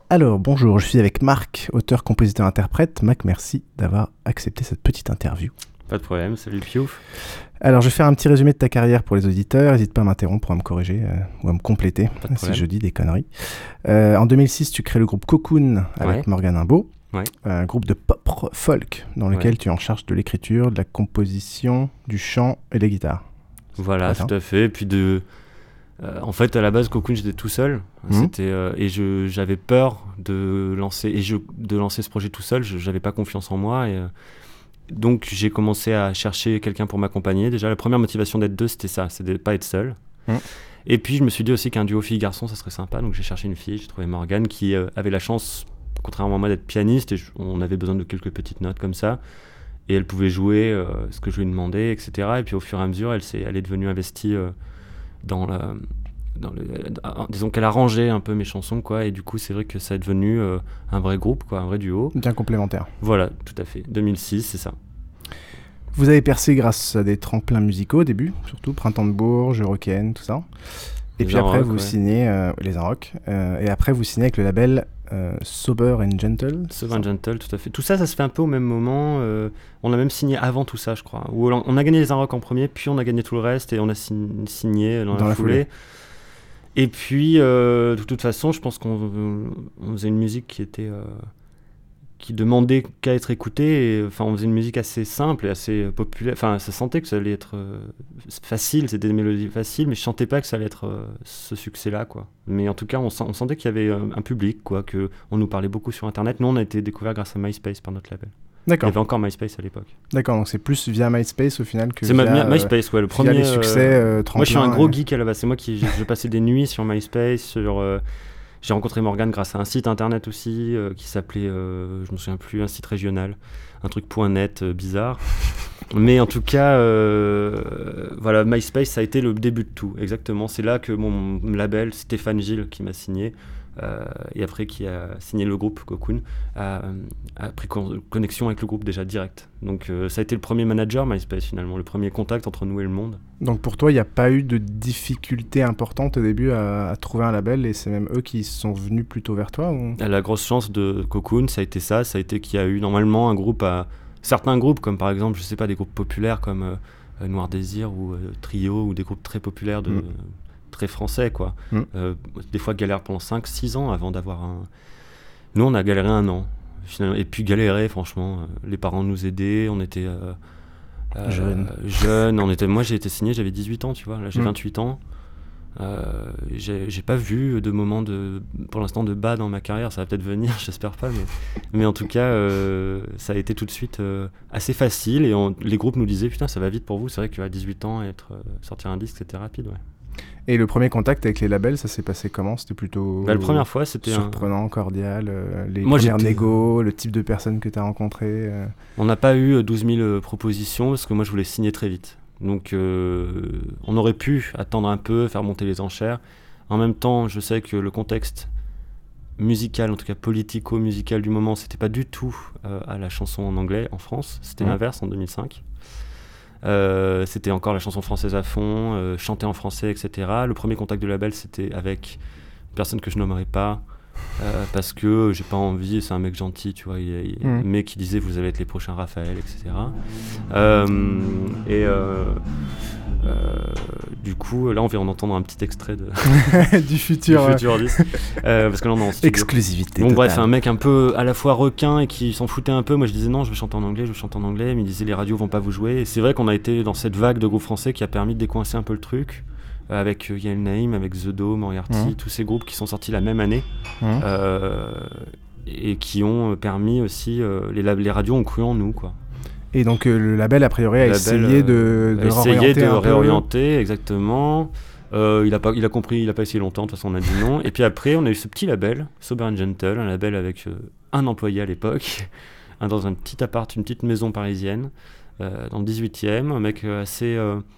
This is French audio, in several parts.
Alors, bonjour, je suis avec Marc, auteur, compositeur, interprète. Mac, merci d'avoir accepté cette petite interview. Pas de problème, salut Piouf. Alors, je vais faire un petit résumé de ta carrière pour les auditeurs. N'hésite pas à m'interrompre pour à me corriger ou à me compléter si je dis des conneries. En 2006, tu crées le groupe Cocoon avec Morgane Imbeau. Ouais. Un groupe de pop folk dans lequel tu es en charge de l'écriture, de la composition, du chant et de la guitare. Voilà, tout à fait. Et puis en fait, à la base, Cocoon, j'étais tout seul. Et j'avais peur de lancer ce projet tout seul. J'avais pas confiance en moi. Donc, j'ai commencé à chercher quelqu'un pour m'accompagner. Déjà, la première motivation d'être deux, c'était ça, c'est de pas être seul. Et puis, je me suis dit aussi qu'un duo fille-garçon, ça serait sympa. Donc, j'ai cherché une fille. J'ai trouvé Morgane qui avait la chance, contrairement à moi, d'être pianiste. Et on avait besoin de quelques petites notes comme ça. Et elle pouvait jouer ce que je lui demandais, etc. Et puis, au fur et à mesure, elle est devenue investie disons qu'elle a rangé un peu mes chansons, quoi. Et du coup, c'est vrai que ça est devenu un vrai groupe, quoi, un vrai duo. Bien complémentaire. Voilà, tout à fait. 2006, c'est ça. Vous avez percé grâce à des tremplins musicaux au début, surtout Printemps de Bourges, Eurocaine, tout ça. Et puis après, vous signez les Inrocks. Et après, vous signez avec le label Sober and Gentle. Sober and Gentle, tout à fait. Tout ça, ça se fait un peu au même moment. On a même signé avant tout ça, je crois. Où on a gagné les Inrocks en premier, puis on a gagné tout le reste et on a signé dans la foulée. Et puis, de toute façon, je pense qu'on faisait une musique qui demandait qu'à être écoutée. Enfin, on faisait une musique assez simple et assez populaire. Enfin, ça sentait que ça allait être facile, c'était des mélodies faciles, mais je sentais pas que ça allait être ce succès-là, quoi. Mais en tout cas, on sentait qu'il y avait un public, quoi, qu'on nous parlait beaucoup sur Internet. Nous, on a été découverts grâce à MySpace par notre label. D'accord. Il y avait encore MySpace à l'époque. D'accord, donc c'est plus via MySpace au final que c'est via MySpace, ouais, le premier. Les succès tremplin. Moi, je suis un gros geek à la base. C'est moi qui je passais des nuits sur MySpace. J'ai rencontré Morgane grâce à un site internet aussi qui s'appelait, je me souviens plus, un site régional, un truc .net bizarre. Mais en tout cas, voilà, MySpace, ça a été le début de tout. Exactement. C'est là que mon label, Stéphane Gilles, qui m'a signé. Et après qui a signé le groupe Cocoon a pris connexion avec le groupe déjà direct. Donc ça a été le premier manager MySpace finalement, le premier contact entre nous et le monde. Donc pour toi il n'y a pas eu de difficulté importante au début à trouver un label et c'est même eux qui sont venus plutôt vers toi ou... La grosse chance de Cocoon ça a été qu'il y a eu normalement un groupe certains groupes comme par exemple je sais pas des groupes populaires comme Noir Désir ou Trio ou des groupes très populaires de... très français quoi. Des fois galère pendant 5-6 ans avant d'avoir un... Nous on a galéré 1 an finalement. Et puis galéré franchement, les parents nous aidaient, on était jeunes, moi j'ai été signé, j'avais 18 ans tu vois, là j'ai 28 ans. J'ai pas vu de moment pour l'instant de bas dans ma carrière, ça va peut-être venir, j'espère pas, mais en tout cas ça a été tout de suite assez facile et les groupes nous disaient putain ça va vite pour vous, c'est vrai qu'à 18 ans sortir un disque c'était rapide ouais. Et le premier contact avec les labels, ça s'est passé comment ? C'était plutôt la première fois, c'était surprenant, cordial, les premières négos, le type de personnes que tu as rencontrées On n'a pas eu 12 000 propositions parce que moi je voulais signer très vite. Donc on aurait pu attendre un peu, faire monter les enchères. En même temps, je sais que le contexte musical, en tout cas politico-musical du moment, c'était pas du tout à la chanson en anglais en France. C'était l'inverse en 2005. C'était encore la chanson française à fond, chanter en français, etc. Le premier contact de label, c'était avec une personne que je nommerai pas, parce que j'ai pas envie, c'est un mec gentil, tu vois, mais qui disait vous allez être les prochains Raphaël, etc. Du coup, là, on vient d'entendre un petit extrait du futur disque, parce que là, on est en studio. Exclusivité. Donc bref, un mec un peu à la fois requin et qui s'en foutait un peu. Moi, je disais non, je veux chanter en anglais, mais il disait les radios vont pas vous jouer. Et c'est vrai qu'on a été dans cette vague de groupes français qui a permis de décoincer un peu le truc. Avec Yael Naïm, avec The Dome, Moriarty, tous ces groupes qui sont sortis la même année et qui ont permis aussi, les radios ont cru en nous, quoi. Et donc le label, a priori, a essayé de réorienter, exactement. Il a compris, il a pas essayé longtemps, de toute façon on a dit non. Et puis après, on a eu ce petit label, Sober and Gentle, un label avec un employé à l'époque, dans un petit appart, une petite maison parisienne, dans le 18e, un mec assez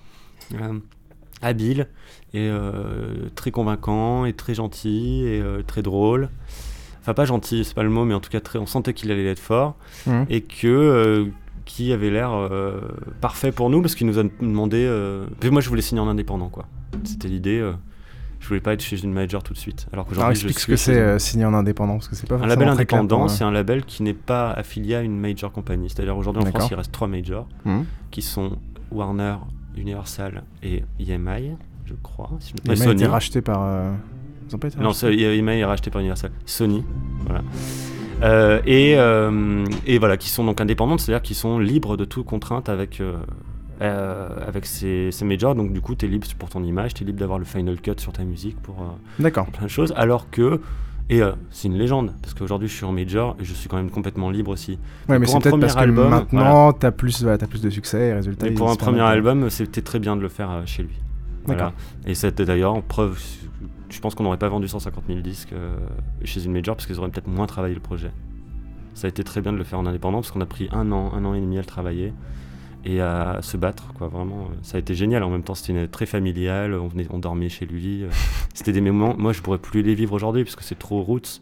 habile et très convaincant et très gentil et très drôle. Enfin pas gentil, c'est pas le mot, mais en tout cas on sentait qu'il allait être fort et que... qui avait l'air parfait pour nous parce qu'il nous a demandé... Puis moi je voulais signer en indépendant quoi. C'était l'idée. Je voulais pas être chez une major tout de suite. Alors qu'aujourd'hui, explique ce que c'est signer en indépendant, parce que c'est pas un label indépendant, c'est un label qui n'est pas affilié à une major compagnie. C'est-à-dire aujourd'hui en France, il reste 3 majors qui sont Warner, Universal et EMI, je crois. EMI a été racheté par... Ils ont pas été rachetés ? Non, EMI est racheté par Universal. Sony, voilà. Et voilà, qui sont donc indépendantes, c'est-à-dire qu'ils sont libres de toute contrainte avec ces majors. Donc du coup, tu es libre pour ton image, tu es libre d'avoir le final cut sur ta musique pour plein de choses. Alors que, c'est une légende, parce qu'aujourd'hui je suis en major et je suis quand même complètement libre aussi. Ouais, mais c'est peut-être parce que maintenant tu as plus de succès et résultats. Mais pour un premier album, c'était très bien de le faire chez lui. Voilà. Et c'était d'ailleurs en preuve. Je pense qu'on n'aurait pas vendu 150 000 disques chez une major parce qu'ils auraient peut-être moins travaillé le projet. Ça a été très bien de le faire en indépendant parce qu'on a pris un an et demi à le travailler et à se battre, quoi. Vraiment, ça a été génial. En même temps, c'était très familial. On dormait chez lui. C'était des moments. Moi, je pourrais plus les vivre aujourd'hui parce que c'est trop roots.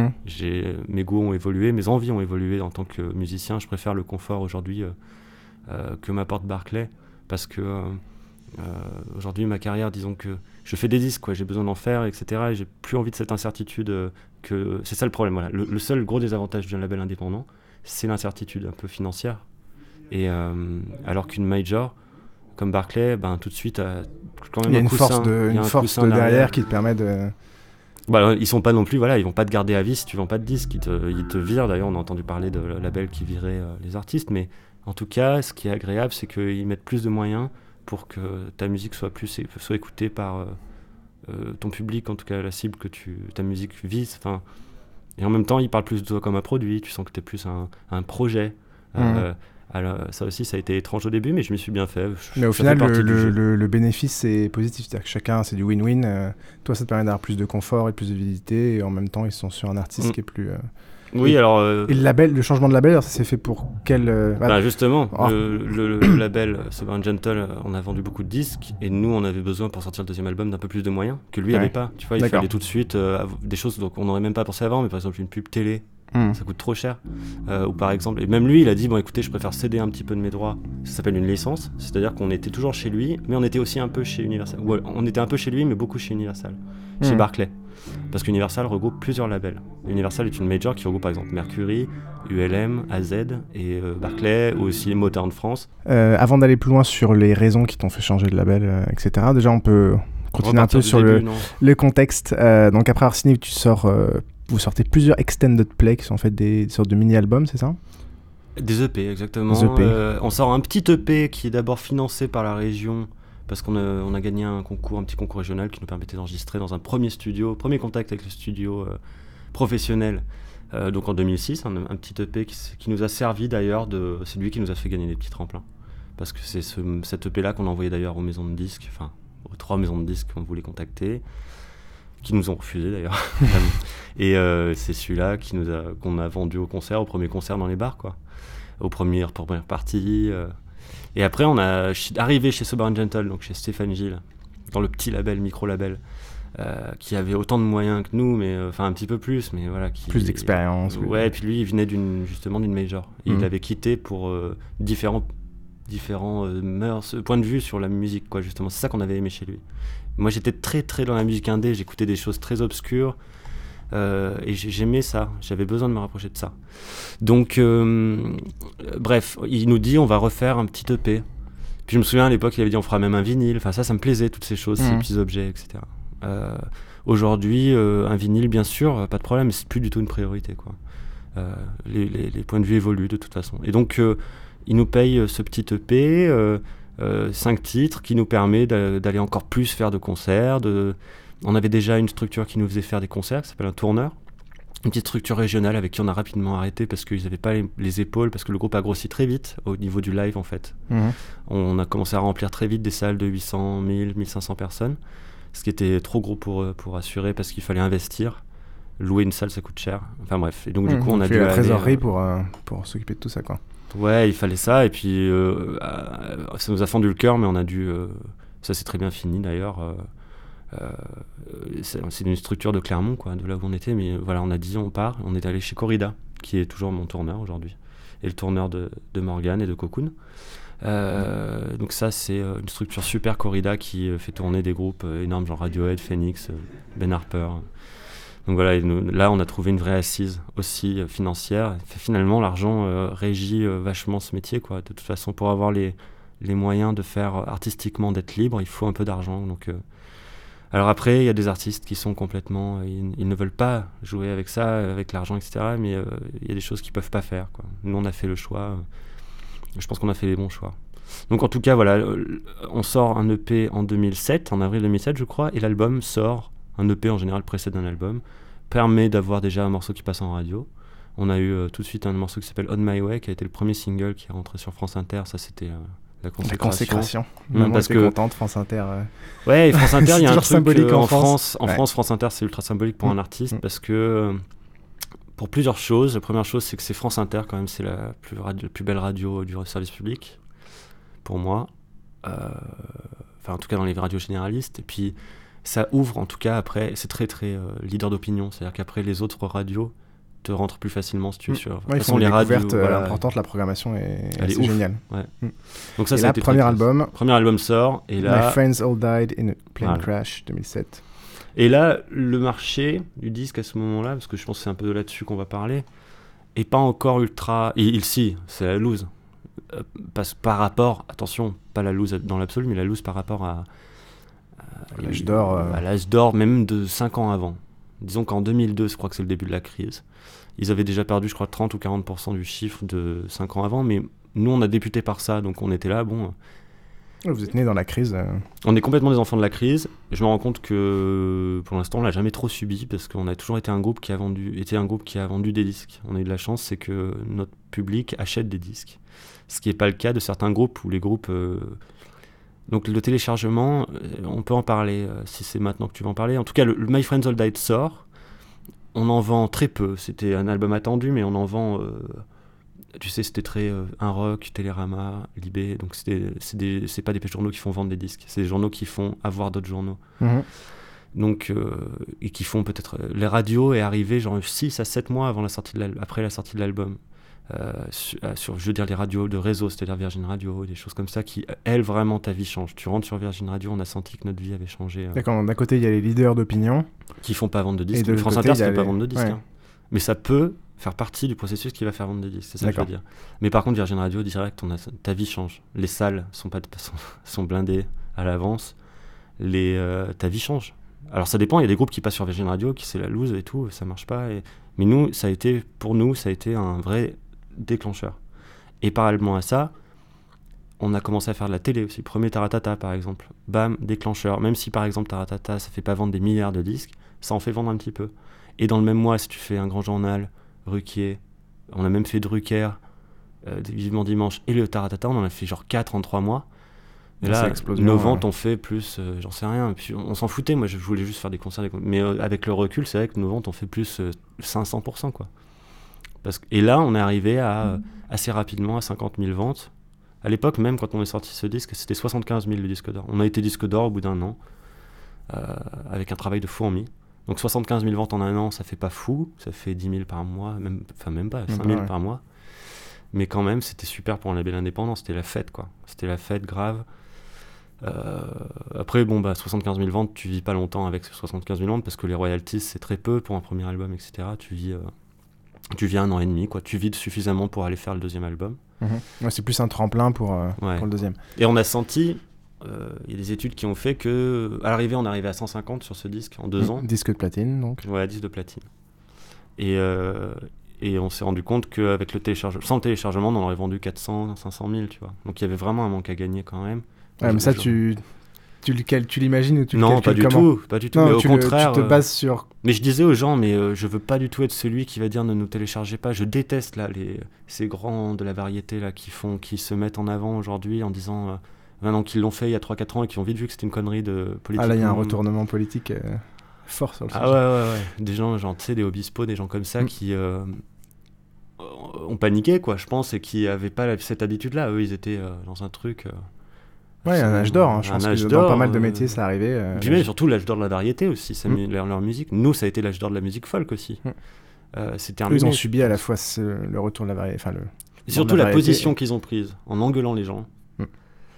Mes goûts ont évolué, mes envies ont évolué en tant que musicien. Je préfère le confort aujourd'hui que m'apporte Barclay parce que aujourd'hui, ma carrière, disons que je fais des disques, quoi. J'ai besoin d'en faire, etc. Et j'ai plus envie de cette incertitude. C'est ça le problème. Voilà. Le seul gros désavantage d'un label indépendant, c'est l'incertitude un peu financière. Et alors qu'une major comme Barclay, tout de suite, quand même il y a une force de derrière qui te permet de... ils sont pas non plus, ils vont pas te garder à vie si tu vends pas de disques. Ils te virent. D'ailleurs, on a entendu parler de labels qui viraient les artistes. Mais en tout cas, ce qui est agréable, c'est qu'ils mettent plus de moyens pour que ta musique soit écoutée par ton public, en tout cas la cible que ta musique vise. Et en même temps, ils parlent plus de toi comme un produit. Tu sens que tu es plus un projet. Alors, ça aussi, ça a été étrange au début, mais je m'y suis bien fait. Mais au final, le bénéfice, c'est positif. C'est-à-dire que chacun, c'est du win-win. Toi, ça te permet d'avoir plus de confort et plus de visibilité. Et en même temps, ils sont sur un artiste qui est plus... Oui, et le changement de label, ça s'est fait pour quel... Justement, le label Sober & Gentle, on a vendu beaucoup de disques. Et nous, on avait besoin, pour sortir le deuxième album, d'un peu plus de moyens que lui n'avait pas. Tu vois, il fallait tout de suite des choses qu'on n'aurait même pas pensé avant. Mais par exemple, une pub télé. Ça coûte trop cher. Ou par exemple, et même lui, il a dit écoutez, je préfère céder un petit peu de mes droits. Ça s'appelle une licence, c'est-à-dire qu'on était toujours chez lui, mais on était aussi un peu chez Universal. On était un peu chez lui, mais beaucoup chez Universal, chez Barclay. Parce qu'Universal regroupe plusieurs labels. Universal est une major qui regroupe par exemple Mercury, ULM, AZ et Barclay, ou aussi Motown France. Avant d'aller plus loin sur les raisons qui t'ont fait changer de label, etc., déjà on peut continuer un peu sur le contexte. Donc après Arsenic, vous sortez plusieurs extended play qui sont en fait des sortes de mini-albums, c'est ça ? Des EP, exactement. On sort un petit EP qui est d'abord financé par la région parce qu'on a gagné un petit concours régional qui nous permettait d'enregistrer dans un premier contact avec le studio professionnel. Donc en 2006, un petit EP qui nous a servi d'ailleurs, c'est lui qui nous a fait gagner des petits tremplins. Parce que c'est cet EP-là qu'on a envoyé d'ailleurs aux maisons de disques, aux 3 maisons de disques qu'on voulait contacter, qui nous ont refusé d'ailleurs. Et c'est celui-là qu'on a vendu au premier concert dans les bars, quoi. Aux premières parties. Et après, on a arrivé chez Sober & Gentle, donc chez Stéphane Gilles, dans le petit label, micro-label, qui avait autant de moyens que nous, mais un petit peu plus, mais voilà. Plus d'expérience. Ouais, et puis lui, il venait justement d'une major. Il l'avait quitté pour différents points de vue sur la musique, quoi, justement. C'est ça qu'on avait aimé chez lui. Moi, j'étais très, très dans la musique indé, j'écoutais des choses très obscures, et j'aimais ça, j'avais besoin de me rapprocher de ça. Donc, bref, il nous dit on va refaire un petit EP. Puis je me souviens à l'époque, il avait dit on fera même un vinyle, ça me plaisait, toutes ces choses, ces petits objets, etc. Aujourd'hui, un vinyle, bien sûr, pas de problème, mais c'est plus du tout une priorité, quoi. Les points de vue évoluent de toute façon. Et donc, il nous paye ce petit EP, 5 titres, qui nous permet d'aller encore plus faire de concerts. On avait déjà une structure qui nous faisait faire des concerts, qui s'appelle un tourneur. Une petite structure régionale avec qui on a rapidement arrêté parce qu'ils n'avaient pas les épaules, parce que le groupe a grossi très vite au niveau du live, en fait. On a commencé à remplir très vite des salles de 800, 1000, 1500 personnes, ce qui était trop gros pour assurer, parce qu'il fallait investir. Louer une salle, ça coûte cher. Enfin bref, et donc du coup on a dû la trésorerie pour s'occuper de tout ça, quoi. Ouais, il fallait ça, et puis ça nous a fendu le cœur, mais on a dû... ça s'est très bien fini d'ailleurs. C'est une structure de Clermont, quoi, de là où on était, mais voilà, on a dit on part. On est allé chez Corrida, qui est toujours mon tourneur aujourd'hui, et le tourneur de Morgane et de Cocoon. Donc ça, c'est une structure super corrida qui fait tourner des groupes énormes, genre Radiohead, Phoenix, Ben Harper. Donc voilà, là on a trouvé une vraie assise aussi financière. Finalement, l'argent régit vachement ce métier, quoi. De toute façon, pour avoir les moyens de faire artistiquement, d'être libre, il faut un peu d'argent. Donc, alors après, il y a des artistes qui sont complètement... Ils ne veulent pas jouer avec ça, avec l'argent, etc. Mais il y a des choses qu'ils ne peuvent pas faire, quoi. Nous, on a fait le choix. Je pense qu'on a fait les bons choix. Donc en tout cas, voilà, on sort un EP en 2007, en avril 2007, je crois, et l'album sort... Un EP en général précède un album, permet d'avoir déjà un morceau qui passe en radio. On a eu tout de suite un morceau qui s'appelle On My Way, qui a été le premier single qui est rentré sur France Inter. Ça, c'était la consécration. Parce que contente, France Inter. Ouais, et France Inter, il y a un truc symbolique en France. En France, France Inter, c'est ultra symbolique pour un artiste parce que pour plusieurs choses. La première chose, c'est que c'est France Inter quand même, c'est la plus belle radio du service public pour moi. Enfin, en tout cas dans les radios généralistes. Et puis ça ouvre en tout cas après, c'est très très leader d'opinion, c'est-à-dire qu'après les autres radios te rentrent plus facilement si tu es sur. De toute façon, les radios importantes, la programmation est géniale. Ouais. Donc ça, et là, premier album sort et là. My Friends All Died in a Plane Crash 2007. Et là, le marché du disque à ce moment-là, parce que je pense que c'est un peu là-dessus qu'on va parler, est pas encore ultra. Si, c'est la loose. Par rapport, attention, pas la loose dans l'absolu, mais la loose par rapport à l'âge d'or. À l'âge d'or, même de 5 ans avant. Disons qu'en 2002, je crois que c'est le début de la crise. Ils avaient déjà perdu, je crois, 30 ou 40% du chiffre de 5 ans avant, mais nous, on a débuté par ça, donc on était là, bon... Vous êtes nés dans la crise. On est complètement des enfants de la crise. Je me rends compte que, pour l'instant, on l'a jamais trop subi, parce qu'on a toujours été un groupe qui a vendu des disques. On a eu de la chance, c'est que notre public achète des disques. Ce qui n'est pas le cas de certains groupes, où les groupes... Donc le téléchargement, on peut en parler, si c'est maintenant que tu vas en parler. En tout cas, le My Friends All Died sort. On en vend très peu. C'était un album attendu, mais on en vend... tu sais, c'était très un rock, Télérama, Libé. Donc c'est pas des journaux qui font vendre des disques. C'est des journaux qui font avoir d'autres journaux. Donc, et qui font peut-être... Les radios est arrivé genre 6 à 7 mois après la sortie de l'album. Sur, je veux dire, les radios de réseau, c'est-à-dire Virgin Radio, des choses comme ça qui, elles, vraiment, ta vie change. Tu rentres sur Virgin Radio, on a senti que notre vie avait changé. D'accord, d'un côté, il y a les leaders d'opinion. Qui font pas vendre de disques. France Inter, ça fait pas vendre de disques. Hein. Mais ça peut faire partie du processus qui va faire vendre des disques, c'est ça que je veux dire. Mais par contre, Virgin Radio, direct, ta vie change. Les salles sont blindées à l'avance. Ta vie change. Alors ça dépend, il y a des groupes qui passent sur Virgin Radio, qui c'est la loose et tout, ça marche pas. Mais nous, pour nous, ça a été un vrai déclencheur. Et parallèlement à ça, on a commencé à faire de la télé aussi. Premier Taratata, par exemple. Bam, déclencheur. Même si, par exemple, Taratata, ça fait pas vendre des milliards de disques, ça en fait vendre un petit peu. Et dans le même mois, si tu fais un grand journal, Ruquier, on a même fait Drucker, Vivement Dimanche, et le Taratata, on en a fait genre 4 en 3 mois. Et là, nos ventes ont fait plus, j'en sais rien. Et puis on s'en foutait, moi je voulais juste faire des concerts. Mais avec le recul, c'est vrai que nos ventes ont fait plus 500%, quoi. Et là, on est arrivé à assez rapidement à 50 000 ventes. À l'époque, même quand on est sorti ce disque, c'était 75 000 le disque d'or. On a été disque d'or au bout d'un an, avec un travail de fourmi. Donc 75 000 ventes en un an, ça fait pas fou, ça fait 10 000 par mois, même pas, 5 000 par mois. Mais quand même, c'était super pour un label indépendant, c'était la fête, quoi. C'était la fête grave. Après, 75 000 ventes, tu vis pas longtemps avec ces 75 000 ventes, parce que les royalties, c'est très peu pour un premier album, etc. Tu vis 1 an et demi, quoi. Tu vis suffisamment pour aller faire le deuxième album. Ouais, c'est plus un tremplin pour le deuxième. Et on a senti, il y a des études qui ont fait que, à l'arrivée, on arrivait à 150 sur ce disque en 2 ans. Disque de platine, donc. Ouais, disque de platine. Et on s'est rendu compte qu'avec sans le téléchargement, on aurait vendu 400, 500 000, tu vois. Donc il y avait vraiment un manque à gagner quand même. Ouais, mais ça, tu l'imagines ou tu le calcules comment ? Non, pas du tout. Mais au contraire, tu te bases sur... Mais je disais aux gens, je veux pas du tout être celui qui va dire ne nous téléchargez pas. Je déteste là ces grands de la variété là qui se mettent en avant aujourd'hui en disant maintenant qu'ils l'ont fait il y a 3-4 ans et qui ont vite vu que c'était une connerie de politique. Ah là, il y a un retournement politique fort sur le sujet. Ah ouais. Des gens, genre, tu sais, des Obispo, des gens comme ça qui ont paniqué, quoi, je pense, et qui avaient pas cette habitude-là. Eux, ils étaient dans un truc... Ouais, un âge d'or, hein. Je pense que dans pas mal de métiers, ça arrivait. Puis mais surtout l'âge d'or de la variété aussi, leur musique. Nous, ça a été l'âge d'or de la musique folk aussi. C'est terminé. Ils ont subi à la fois le retour de la variété. Surtout la position qu'ils ont prise en engueulant les gens.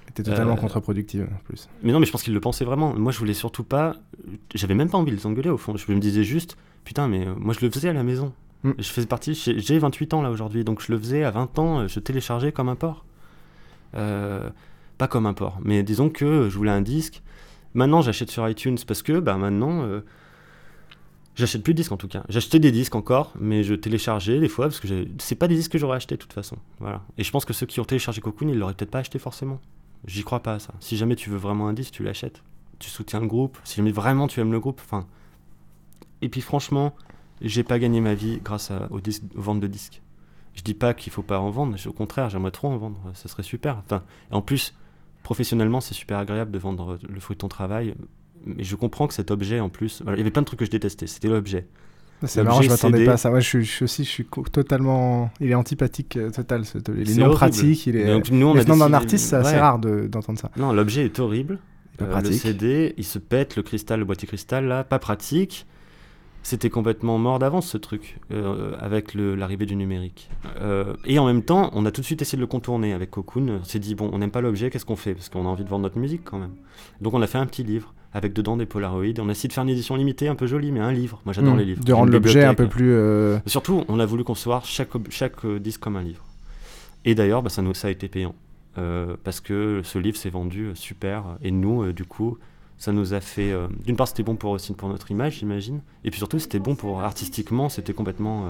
C'était totalement contre-productive en plus. Mais non, mais je pense qu'ils le pensaient vraiment. Moi, je voulais surtout pas. J'avais même pas envie de les engueuler au fond. Je me disais juste, putain, mais moi je le faisais à la maison. Je faisais partie. J'ai 28 ans là aujourd'hui, donc je le faisais à 20 ans. Je téléchargeais comme un porc. Pas comme un porc, mais disons que je voulais un disque. Maintenant, j'achète sur iTunes parce que maintenant. J'achète plus de disques en tout cas. J'achetais des disques encore, mais je téléchargeais des fois parce que c'est pas des disques que j'aurais acheté de toute façon. Voilà. Et je pense que ceux qui ont téléchargé Cocoon, ils l'auraient peut-être pas acheté forcément. J'y crois pas à ça. Si jamais tu veux vraiment un disque, tu l'achètes. Tu soutiens le groupe. Si jamais vraiment tu aimes le groupe, enfin. Et puis franchement, j'ai pas gagné ma vie grâce aux ventes de disques. Je dis pas qu'il faut pas en vendre. Au contraire, j'aimerais trop en vendre. Ça serait super. Enfin, et en plus, professionnellement, c'est super agréable de vendre le fruit de ton travail. Mais je comprends que cet objet, en plus... Voilà, il y avait plein de trucs que je détestais. C'était l'objet. C'est marrant, je m'attendais pas à ça. Moi, je suis totalement... Il est antipathique total. Il est non pratique. Il est... Donc, nous, on venant d'un artiste, c'est assez rare d'entendre ça. Non, l'objet est horrible. Le CD, il se pète, le boîtier cristal, là, pas pratique. C'était complètement mort d'avance, ce truc, avec l'arrivée du numérique. Et en même temps, on a tout de suite essayé de le contourner avec Cocoon. On s'est dit, bon, on n'aime pas l'objet, qu'est-ce qu'on fait ? Parce qu'on a envie de vendre notre musique, quand même. Donc, on a fait un petit livre, avec dedans des Polaroids. On a essayé de faire une édition limitée, un peu jolie, mais un livre. Moi, j'adore les livres. De rendre l'objet un peu plus... Surtout, on a voulu concevoir chaque disque comme un livre. Et d'ailleurs, ça a été payant. Parce que ce livre s'est vendu super. Et nous, du coup... Ça nous a fait... d'une part, c'était bon pour notre image, j'imagine. Et puis surtout, c'était bon pour... Artistiquement, c'était complètement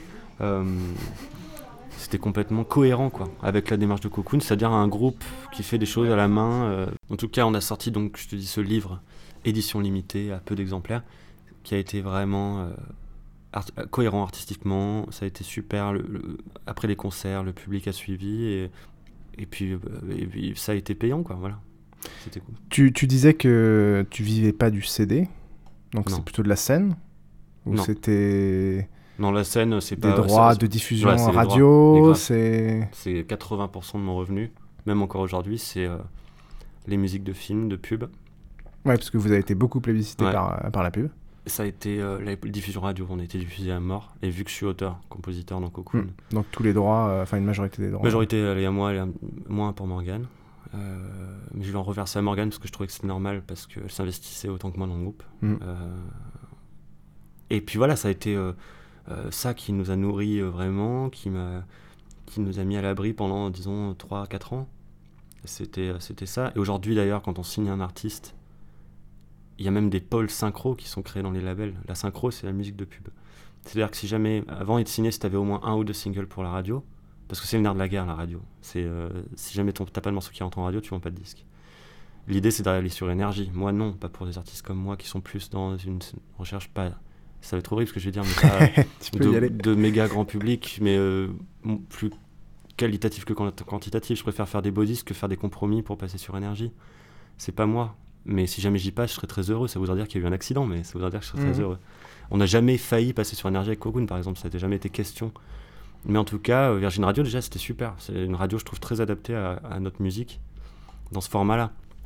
cohérent, quoi, avec la démarche de Cocoon. C'est-à-dire un groupe qui fait des choses à la main. En tout cas, on a sorti, donc, je te dis, ce livre, édition limitée, à peu d'exemplaires, qui a été vraiment cohérent artistiquement. Ça a été super. Après les concerts, le public a suivi. Et puis, ça a été payant, quoi, voilà. C'était cool. Tu disais que tu vivais pas du CD, donc c'est plutôt de la scène ou non. C'était... Non, la scène, c'est des pas... droits de diffusion radio, c'est 80% de mon revenu, même encore aujourd'hui, c'est les musiques de films, de pubs. Ouais, parce que vous avez été beaucoup plébiscité par la pub. Ça a été la diffusion radio, on a été diffusé à mort, et vu que je suis auteur, compositeur dans Cocoon... Donc tous les droits, une majorité des droits. Majorité, elle est à moi, moins pour Morgane. Mais je vais en reverser à Morgane parce que je trouvais que c'était normal parce qu'elle s'investissait autant que moi dans le groupe. Et puis voilà, ça a été ça qui nous a nourris vraiment, qui nous a mis à l'abri pendant, disons, 3-4 ans. C'était ça. Et aujourd'hui d'ailleurs, quand on signe un artiste, il y a même des pôles synchro qui sont créés dans les labels. La synchro, c'est la musique de pub. C'est-à-dire que si jamais, avant il te signait, si tu avais au moins 1 ou 2 singles pour la radio, parce que c'est le nerf de la guerre, la radio. Si jamais t'as pas de morceau qui rentre en radio, tu vends pas de disque. L'idée, c'est d'aller sur énergie. Moi, non, pas pour des artistes comme moi qui sont plus dans une recherche, pas... Ça va être horrible ce que je vais dire, mais pas de méga grand public, mais plus qualitatif que quantitatif. Je préfère faire des beaux disques que faire des compromis pour passer sur énergie. C'est pas moi. Mais si jamais j'y passe, je serais très heureux. Ça voudrait dire qu'il y a eu un accident, mais ça voudrait dire que je serais très heureux. On n'a jamais failli passer sur énergie avec Cocoon, par exemple. Ça n'a jamais été question. Mais en tout cas, Virgin Radio, déjà, c'était super. C'est une radio, je trouve, très adaptée à notre musique, dans ce format-là.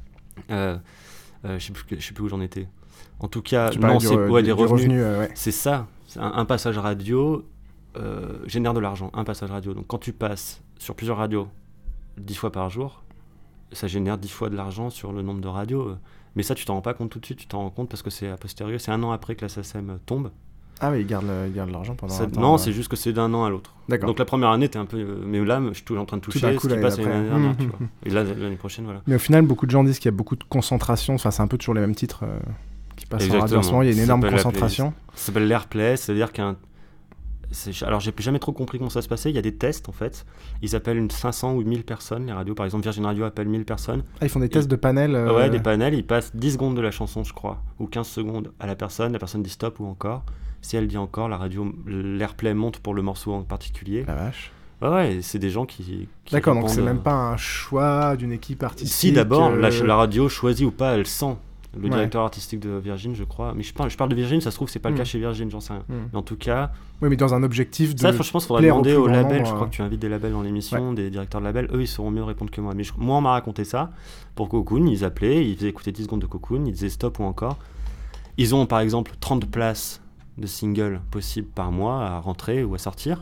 Je sais plus où j'en étais. En tout cas, non, c'est des revenus. C'est ça. C'est un passage radio génère de l'argent. Un passage radio. Donc, quand tu passes sur plusieurs radios 10 fois par jour, ça génère 10 fois de l'argent sur le nombre de radios. Mais ça, tu t'en rends pas compte tout de suite. Tu t'en rends compte parce que c'est a posteriori. C'est 1 an après que la SACEM tombe. Ah oui, il garde l'argent pendant un temps. Non, c'est juste que c'est d'un an à l'autre. D'accord. Donc la première année, t'es un peu... Mais là, je suis en train de toucher ce qui passe l'année dernière, tu vois. Et là, l'année prochaine, voilà. Mais au final, beaucoup de gens disent qu'il y a beaucoup de concentration. Enfin, c'est un peu toujours les mêmes titres qui passent en radio en ce moment. Il y a une énorme concentration. Ça s'appelle l'Airplay, c'est-à-dire alors, j'ai jamais trop compris comment ça se passait. Il y a des tests, en fait. Ils appellent 500 ou 1000 personnes, les radios. Par exemple, Virgin Radio appelle 1000 personnes. Ah, ils font des tests de panel Ouais, des panels. Ils passent 10 secondes de la chanson, je crois, ou 15 secondes à la personne dit stop ou encore. Si elle dit encore, la radio, l'Airplay monte pour le morceau en particulier. La vache. Ouais, c'est des gens qui D'accord, donc c'est même pas un choix d'une équipe artistique. Si, d'abord, la radio choisit ou pas, elle sent. Le directeur artistique de Virgin, je crois. Mais je parle de Virgin, ça se trouve, c'est pas le cas chez Virgin, j'en sais rien. Mais en tout cas... Oui, mais dans un objectif de... Ça, je pense qu'il faudrait demander aux labels. Je crois que tu invites des labels dans l'émission, des directeurs de labels. Eux, ils sauront mieux répondre que moi. Mais moi, on m'a raconté ça. Pour Cocoon, ils appelaient, ils faisaient écouter 10 secondes de Cocoon, ils disaient stop ou encore. Ils ont, par exemple, 30 places de singles possibles par mois à rentrer ou à sortir.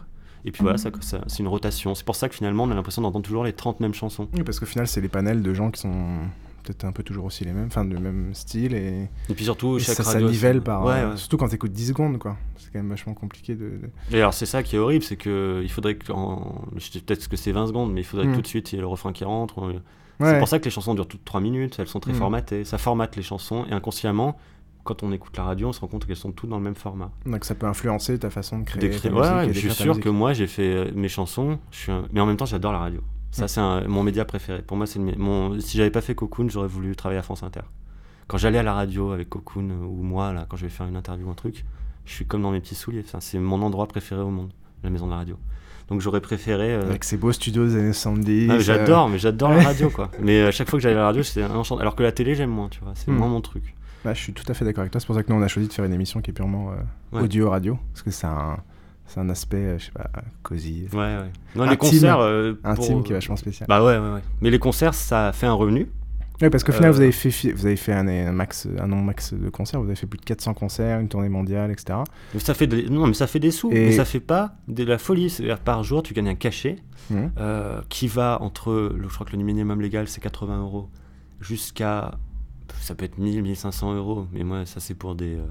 Et puis voilà, c'est une rotation. C'est pour ça que finalement, on a l'impression d'entendre toujours les 30 mêmes chansons. Oui, parce qu'au final, c'est les panels de gens qui sont peut-être un peu toujours aussi les mêmes, enfin, de même style. Et puis surtout, chaque ça radio... Ça nivelle par... Surtout quand t'écoutes 10 secondes, quoi. C'est quand même vachement compliqué de... Et alors, c'est ça qui est horrible, c'est qu'il faudrait que... Je sais peut-être que c'est 20 secondes, mais il faudrait que tout de suite, il y ait le refrain qui rentre. C'est pour ça que les chansons durent toutes 3 minutes, elles sont très formatées. Ça formate les chansons, et inconsciemment... Quand on écoute la radio, on se rend compte qu'elles sont toutes dans le même format. Donc ça peut influencer ta façon de créer ta musique. Je suis sûr que moi, j'ai fait mes chansons, mais en même temps, j'adore la radio. Ça, c'est mon média préféré. Pour moi, si j'avais pas fait Cocoon, j'aurais voulu travailler à France Inter. Quand j'allais à la radio avec Cocoon, ou moi, là, quand je vais faire une interview ou un truc, je suis comme dans mes petits souliers. Enfin, c'est mon endroit préféré au monde, la maison de la radio. Donc j'aurais préféré... Avec ces beaux studios des années 70. J'adore la radio, quoi. Mais à chaque fois que j'allais à la radio, c'était un enchantement. Alors que la télé, j'aime moins, tu vois. C'est moins mon truc. Bah, je suis tout à fait d'accord avec toi. C'est pour ça que nous, on a choisi de faire une émission qui est purement audio-radio. Parce que c'est un aspect, je sais pas, cosy. Ouais. Non, les concerts... intime qui est vachement spécial. Bah ouais. Mais les concerts, ça fait un revenu. Oui, parce qu'au final, vous avez fait un nombre max de concerts. Vous avez fait plus de 400 concerts, une tournée mondiale, etc. Mais ça fait des sous. Mais ça fait pas de la folie. C'est-à-dire, par jour, tu gagnes un cachet qui va entre... Je crois que le minimum légal, c'est 80 € jusqu'à... Ça peut être 1500 €, mais moi, ça, c'est pour des...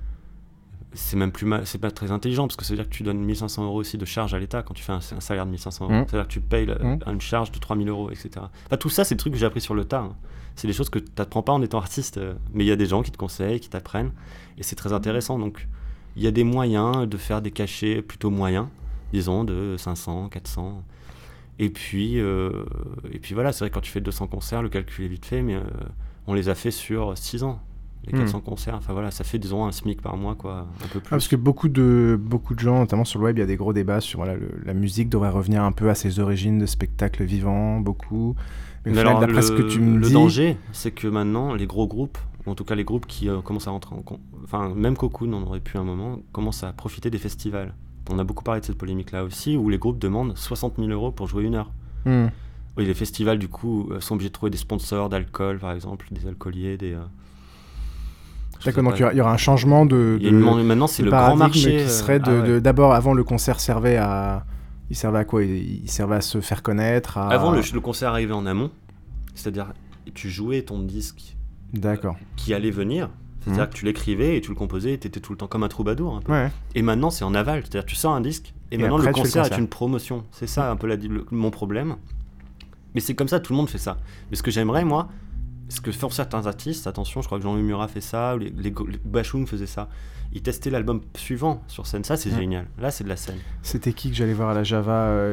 c'est même plus mal, c'est pas très intelligent, parce que ça veut dire que tu donnes 1500 € aussi de charge à l'État quand tu fais un salaire de 1500 €. C'est-à-dire que tu payes une charge de 3000 €, etc. Enfin, tout ça, c'est des trucs que j'ai appris sur le tas. Hein. C'est des choses que tu n'apprends pas en étant artiste, mais il y a des gens qui te conseillent, qui t'apprennent, et c'est très intéressant. Donc, il y a des moyens de faire des cachets plutôt moyens, disons, de 500, 400... Et puis voilà, c'est vrai que quand tu fais 200 concerts, le calcul est vite fait, mais on les a fait sur 6 ans, les 400 concerts. Enfin voilà, ça fait disons un SMIC par mois, quoi, un peu plus. Parce que beaucoup de gens, notamment sur le web, il y a des gros débats sur la musique devrait revenir un peu à ses origines de spectacle vivant, beaucoup. Mais alors, d'après ce que tu me dis... Le danger, c'est que maintenant, les gros groupes, ou en tout cas les groupes qui commencent à rentrer enfin, même Cocoon, on aurait pu un moment, commencent à profiter des festivals. On a beaucoup parlé de cette polémique-là aussi, où les groupes demandent 60 000 € pour jouer 1 heure. Oui, les festivals, du coup, sont obligés de trouver des sponsors d'alcool, par exemple, des alcooliers, des... D'accord, donc il y aura un changement de maintenant, c'est le grand marché qui serait d'abord, avant, le concert servait à... Il servait à quoi ? Il servait à se faire connaître, Avant, le concert arrivait en amont, c'est-à-dire tu jouais ton disque qui allait venir, c'est-à-dire que tu l'écrivais et tu le composais et tu étais tout le temps comme un troubadour un peu. Ouais. Et maintenant, c'est en aval, c'est-à-dire que tu sors un disque et maintenant le concert est une promotion. C'est ça un peu mon problème. Mais c'est comme ça, tout le monde fait ça. Mais ce que j'aimerais, moi, ce que font certains artistes, attention, je crois que Jean-Louis Murat fait ça, ou les Bashung faisaient ça. Ils testaient l'album suivant sur scène, ça c'est génial. Là, c'est de la scène. C'était qui que j'allais voir à la Java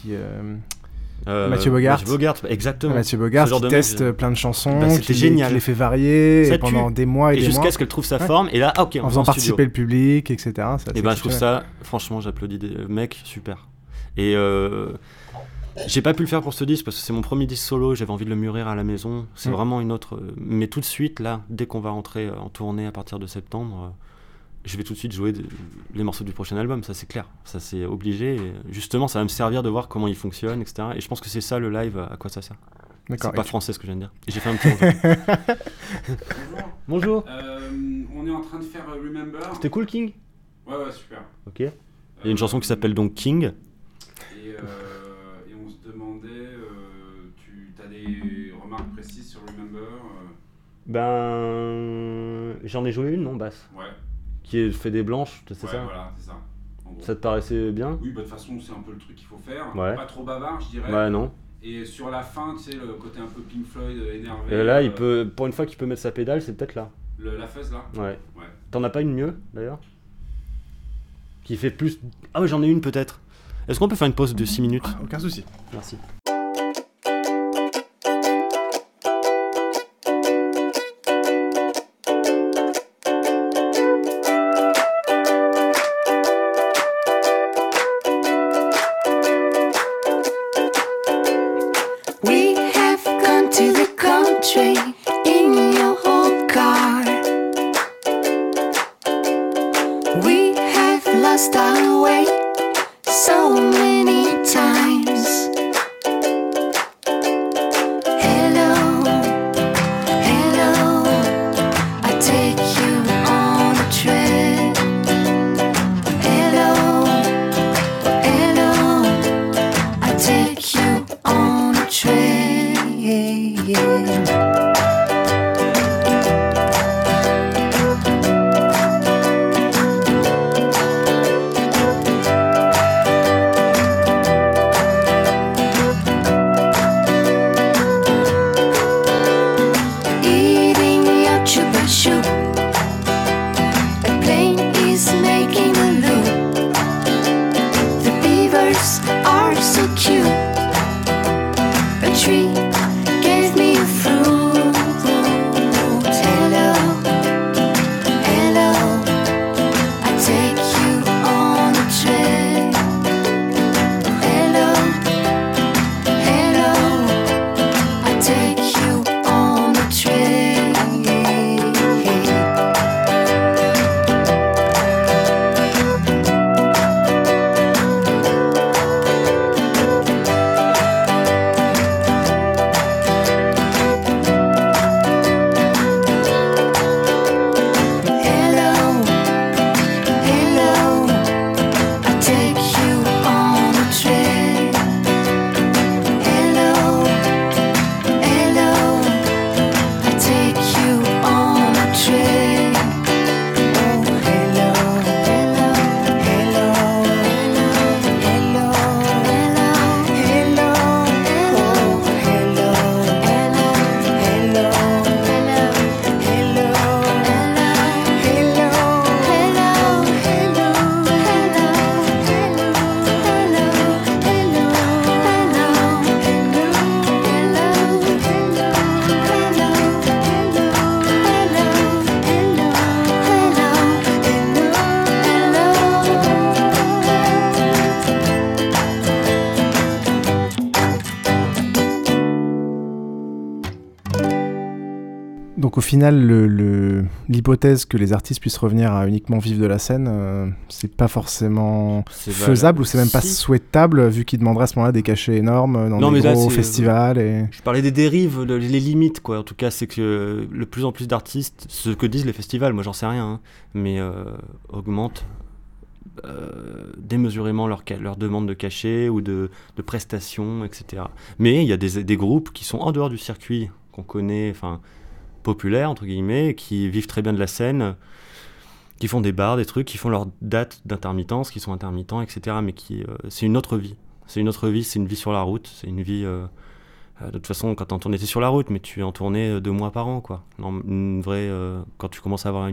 Mathieu Bogart. Mathieu Bogart, exactement. Mathieu Bogart qui teste plein de chansons, c'était génial. Qui les fait varier pendant des mois et des mois. Et jusqu'à ce qu'elle trouve sa forme, et là, ok, en faisant participer le public, etc. Et je trouve ça, franchement, j'applaudis mec, super. Et j'ai pas pu le faire pour ce disque parce que c'est mon premier disque solo, j'avais envie de le mûrir à la maison. C'est vraiment une autre. Mais tout de suite, là, dès qu'on va rentrer en tournée à partir de septembre, je vais tout de suite jouer les morceaux du prochain album, ça c'est clair. Ça c'est obligé. Et justement, ça va me servir de voir comment il fonctionne, etc. Et je pense que c'est ça le live, à quoi ça sert. D'accord. C'est pas français ce que je viens de dire. Et j'ai fait un petit Bonjour. On est en train de faire Remember. C'était cool, King ? Ouais, super. Ok. Il y a une chanson qui s'appelle donc King. Et on se demandait, tu as des remarques précises sur Remember J'en ai joué une, non, basse. Ouais. Qui fait des blanches, c'est ça ? Voilà, c'est ça. Ça te paraissait bien ? Oui, de toute façon, c'est un peu le truc qu'il faut faire. Ouais. Pas trop bavard, je dirais. Ouais, non. Et sur la fin, tu sais, le côté un peu Pink Floyd énervé. Et là, il peut, pour une fois qu'il peut mettre sa pédale, c'est peut-être là. La fuzz, là ? Ouais. T'en as pas une mieux, d'ailleurs ? Qui fait plus... Ah oui, j'en ai une, peut-être. Est-ce qu'on peut faire une pause de 6 minutes ? Aucun souci. Merci. flowers are so cute. A tree gave me a fruit. Hello, hello, I take you on a trip. Hello, hello, I take you on a trip. Donc au final, l'hypothèse que les artistes puissent revenir à uniquement vivre de la scène, c'est pas forcément faisable ou c'est même pas souhaitable vu qu'ils demanderaient à ce moment-là des cachets énormes dans des gros festivals. Et... Je parlais des dérives, les limites quoi. En tout cas, c'est que de plus en plus d'artistes, ce que disent les festivals, moi j'en sais rien, hein, mais augmentent démesurément leur demande de cachets ou de prestations, etc. Mais il y a des groupes qui sont en dehors du circuit qu'on connaît, enfin populaires entre guillemets, qui vivent très bien de la scène, qui font des bars, des trucs, qui font leurs dates d'intermittence, qui sont intermittents, etc. Mais c'est une autre vie. C'est une autre vie, c'est une vie sur la route, c'est une vie... de toute façon, quand on était sur la route, mais tu es en tournée 2 mois par an, quoi. Une vraie... quand tu commences à avoir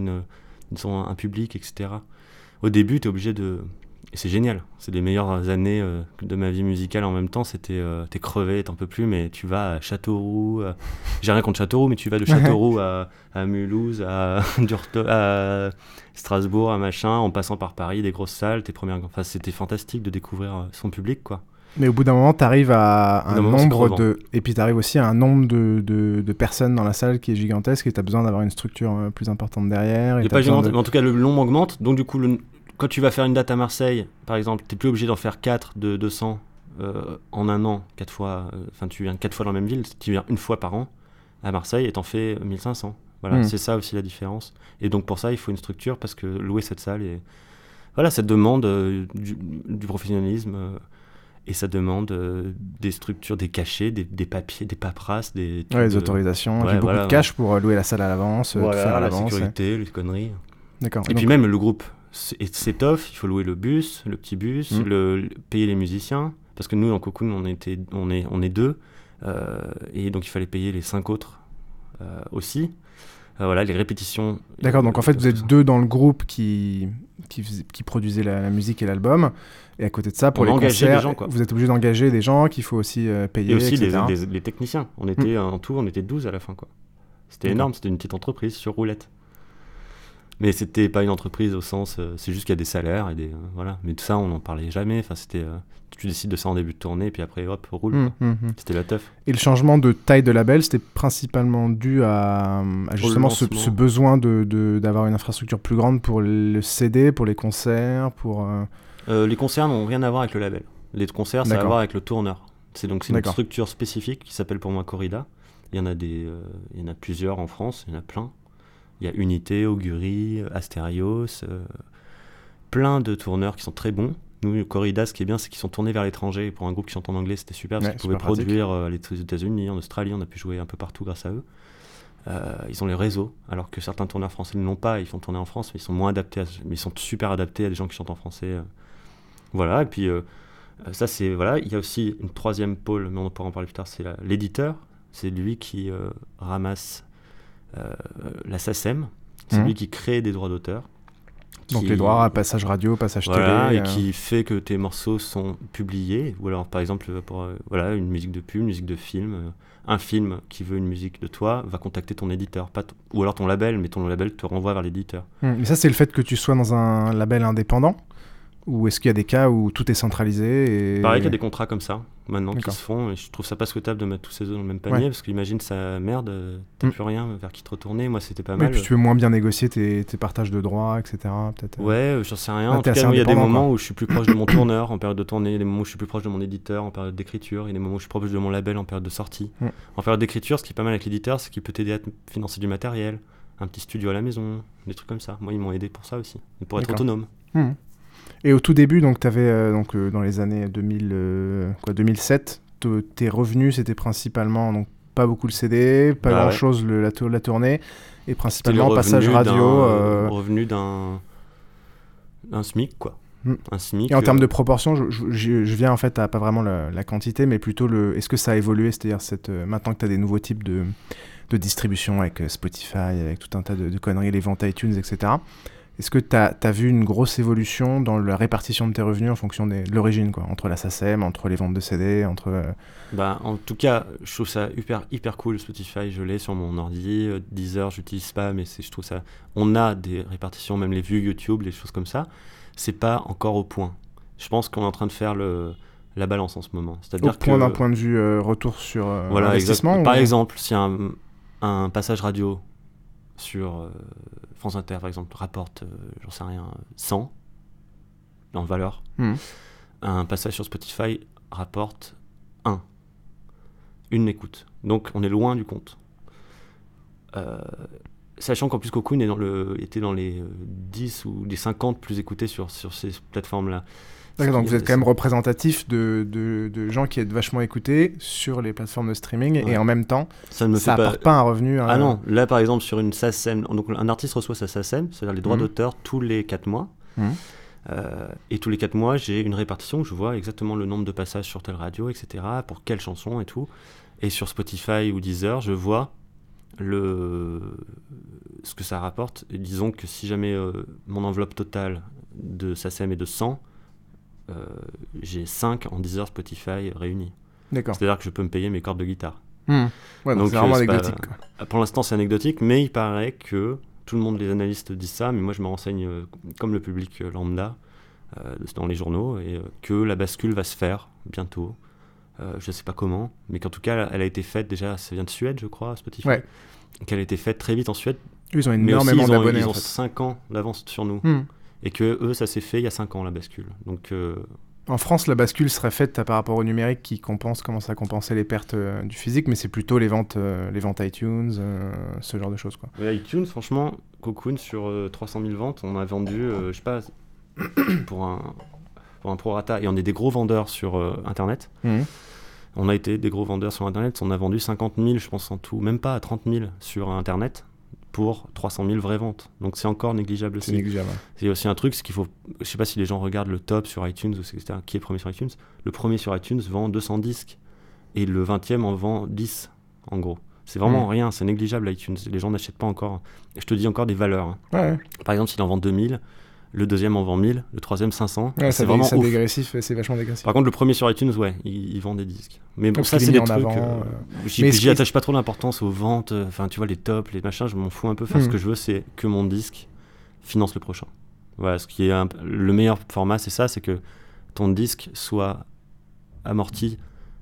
un public, etc. Au début, tu es obligé de... Et c'est génial, c'est les meilleures années de ma vie musicale en même temps. C'était t'es crevé, t'en peux plus, mais tu vas à Châteauroux. J'ai rien contre Châteauroux, mais tu vas de Châteauroux à Mulhouse, à Strasbourg, à machin, en passant par Paris, des grosses salles. Enfin, c'était fantastique de découvrir son public, quoi. Mais au bout d'un moment, t'arrives à un nombre de... Et puis t'arrives aussi à un nombre de personnes dans la salle qui est gigantesque et t'as besoin d'avoir une structure plus importante derrière. Il n'est pas gigante, mais en tout cas, le nombre augmente. Donc du coup, quand tu vas faire une date à Marseille, par exemple, t'es plus obligé d'en faire 4 de 200 en un an, 4 fois. Enfin, tu viens 4 fois dans la même ville, tu viens une fois par an à Marseille et t'en fais 1500. Voilà, c'est ça aussi la différence. Et donc pour ça, il faut une structure parce que louer cette salle, voilà, ça demande du professionnalisme et ça demande des structures, des cachets, des papiers, des paperasses, des autorisations, beaucoup de cash pour louer la salle à l'avance, tout faire à l'avance. La sécurité, les conneries. D'accord. Et puis même le groupe s'étoffe, il faut louer le bus, le petit bus, payer les musiciens, parce que nous en Cocoon on est 2, et donc il fallait payer les 5 autres aussi. Voilà, les répétitions. D'accord, donc en fait vous êtes 2 dans le groupe qui produisait la musique et l'album, et à côté de ça, pour les concerts, gens, vous êtes obligé d'engager des gens qu'il faut aussi payer, et aussi etc. les techniciens. On était en tout, on était 12 à la fin, quoi. C'était énorme, c'était une petite entreprise sur roulette. Mais c'était pas une entreprise au sens, c'est juste qu'il y a des salaires et voilà. Mais tout ça, on n'en parlait jamais. Enfin, c'était, tu décides de ça en début de tournée, et puis après, hop, roule. C'était la teuf. Et le changement de taille de label, c'était principalement dû à justement ce besoin d'avoir une infrastructure plus grande pour le CD, pour les concerts, pour. Les concerts n'ont rien à voir avec le label. Les concerts, ça a à voir avec le tourneur. C'est une structure spécifique qui s'appelle pour moi Corrida. Il y en a plusieurs en France, il y en a plein. Il y a Unité, Augury, Astérios, plein de tourneurs qui sont très bons. Nous, Corrida, ce qui est bien, c'est qu'ils sont tournés vers l'étranger. Et pour un groupe qui chante en anglais, c'était super parce qu'ils pouvaient produire aux États-Unis, en Australie, on a pu jouer un peu partout grâce à eux. Ils ont les réseaux, alors que certains tourneurs français ne l'ont pas. Ils font tourner en France, mais ils sont moins adaptés, mais ils sont super adaptés à des gens qui chantent en français. Voilà, et puis ça, c'est... Voilà. Il y a aussi une troisième pôle, mais on pourra en parler plus tard, c'est l'éditeur. C'est lui qui ramasse... la SACEM, c'est lui qui crée des droits d'auteur, Donc les droits à passage radio, passage télé. Et qui fait que tes morceaux sont publiés. Ou alors, par exemple, pour une musique de pub, une musique de film. Un film qui veut une musique de toi va contacter ton éditeur. Ou alors ton label, mais ton label te renvoie vers l'éditeur. Mais ça, c'est le fait que tu sois dans un label indépendant ? Ou est-ce qu'il y a des cas où tout est centralisé Pareil qu'il y a des contrats comme ça, maintenant, qui se font. Et je trouve ça pas souhaitable de mettre tous ces œufs dans le même panier, parce qu'imagine, ça merde, t'as plus rien vers qui te retourner. Moi, c'était pas mal. Et puis tu veux moins bien négocier tes partages de droits, etc. Peut-être. Ouais, j'en sais rien. En tout cas, il y a des moments où je suis plus proche de mon tourneur en période de tournée, des moments où je suis plus proche de mon éditeur en période d'écriture, et des moments où je suis proche de mon label en période de sortie. En période d'écriture, ce qui est pas mal avec l'éditeur, c'est qu'il peut t'aider à financer du matériel, un petit studio à la maison, des trucs comme ça. Moi, ils m'ont aidé pour ça aussi, pour être autonome. Et au tout début, donc, tu avais dans les années 2007, tes revenus, c'était principalement donc, pas beaucoup le CD, pas grand-chose la tournée, et principalement passage radio. Revenu d'un SMIC, quoi. Un SMIC, et en termes de proportion, je viens en fait à pas vraiment la quantité, mais plutôt est-ce que ça a évolué, c'est-à-dire maintenant que tu as des nouveaux types de distribution avec Spotify, avec tout un tas de conneries, les ventes iTunes, etc. Est-ce que tu as vu une grosse évolution dans la répartition de tes revenus en fonction de l'origine, quoi, entre la SACEM, entre les ventes de CD, entre... en tout cas, je trouve ça hyper cool, Spotify, je l'ai sur mon ordi, Deezer, j'utilise pas, mais je trouve ça... On a des répartitions, même les vues YouTube, les choses comme ça, c'est pas encore au point. Je pense qu'on est en train de faire la balance en ce moment. C'est-à-dire d'un point de vue retour sur investissement Par exemple, si un passage radio sur France Inter, par exemple, rapporte, j'en sais rien, 100 en valeur. Un passage sur Spotify rapporte 1 écoute. Donc, on est loin du compte. Sachant qu'en plus, Cocoon était dans les 10 ou les 50 plus écoutés sur ces plateformes-là. D'accord, donc vous êtes quand même représentatif de gens qui êtes vachement écoutés sur les plateformes de streaming, et en même temps, ça apporte pas un revenu. Ah non, là par exemple sur une SACEM, donc un artiste reçoit sa SACEM, c'est-à-dire les droits d'auteur tous les 4 mois. Et tous les 4 mois, j'ai une répartition où je vois exactement le nombre de passages sur telle radio, etc., pour quelle chanson et tout. Et sur Spotify ou Deezer, je vois ce que ça rapporte. Et disons que si jamais mon enveloppe totale de SACEM est de 100, j'ai 5 en Deezer, Spotify réunis. D'accord. C'est-à-dire que je peux me payer mes cordes de guitare. Ouais, donc c'est vraiment anecdotique. Pour l'instant, c'est anecdotique, mais il paraît que tout le monde, les analystes disent ça, mais moi je me renseigne comme le public lambda dans les journaux, et que la bascule va se faire bientôt. Je ne sais pas comment, mais qu'en tout cas, elle a été faite déjà, ça vient de Suède, je crois, Spotify. Ouais. Qu'elle a été faite très vite en Suède. Ils ont énormément d'abonnés. Ils ont 5 ans d'avance sur nous. Et que eux, ça s'est fait il y a 5 ans, la bascule. Donc, en France, la bascule serait faite par rapport au numérique qui commence à compenser les pertes du physique, mais c'est plutôt les ventes iTunes, ce genre de choses, quoi. Ouais, iTunes, franchement, Cocoon, sur 300 000 ventes, on a vendu, je sais pas, pour un prorata, et on est des gros vendeurs sur Internet. On a été des gros vendeurs sur Internet, on a vendu 50 000, je pense, en tout, même pas à 30 000 sur Internet, pour 300 000 vraies ventes. Donc c'est encore négligeable aussi. C'est négligeable. C'est aussi un truc, c'est qu'il faut... Je sais pas si les gens regardent le top sur iTunes, etc. Qui est premier sur iTunes. Le premier sur iTunes vend 200 disques. Et le 20e en vend 10, en gros. C'est vraiment rien, c'est négligeable iTunes. Les gens n'achètent pas encore. Je te dis encore des valeurs. Hein. Ouais. Par exemple, s'il en vend 2000, le deuxième en vend 1000, le troisième 500. Ouais, c'est vraiment ouf. C'est vachement dégressif. Par contre, le premier sur iTunes, ouais, il vend des disques. Mais bon, ça, c'est des trucs... J'y attache pas trop d'importance aux ventes. Enfin, tu vois, les tops, les machins, je m'en fous un peu. Ce que je veux, c'est que mon disque finance le prochain. Voilà, ce qui est le meilleur format, c'est ça, c'est que ton disque soit amorti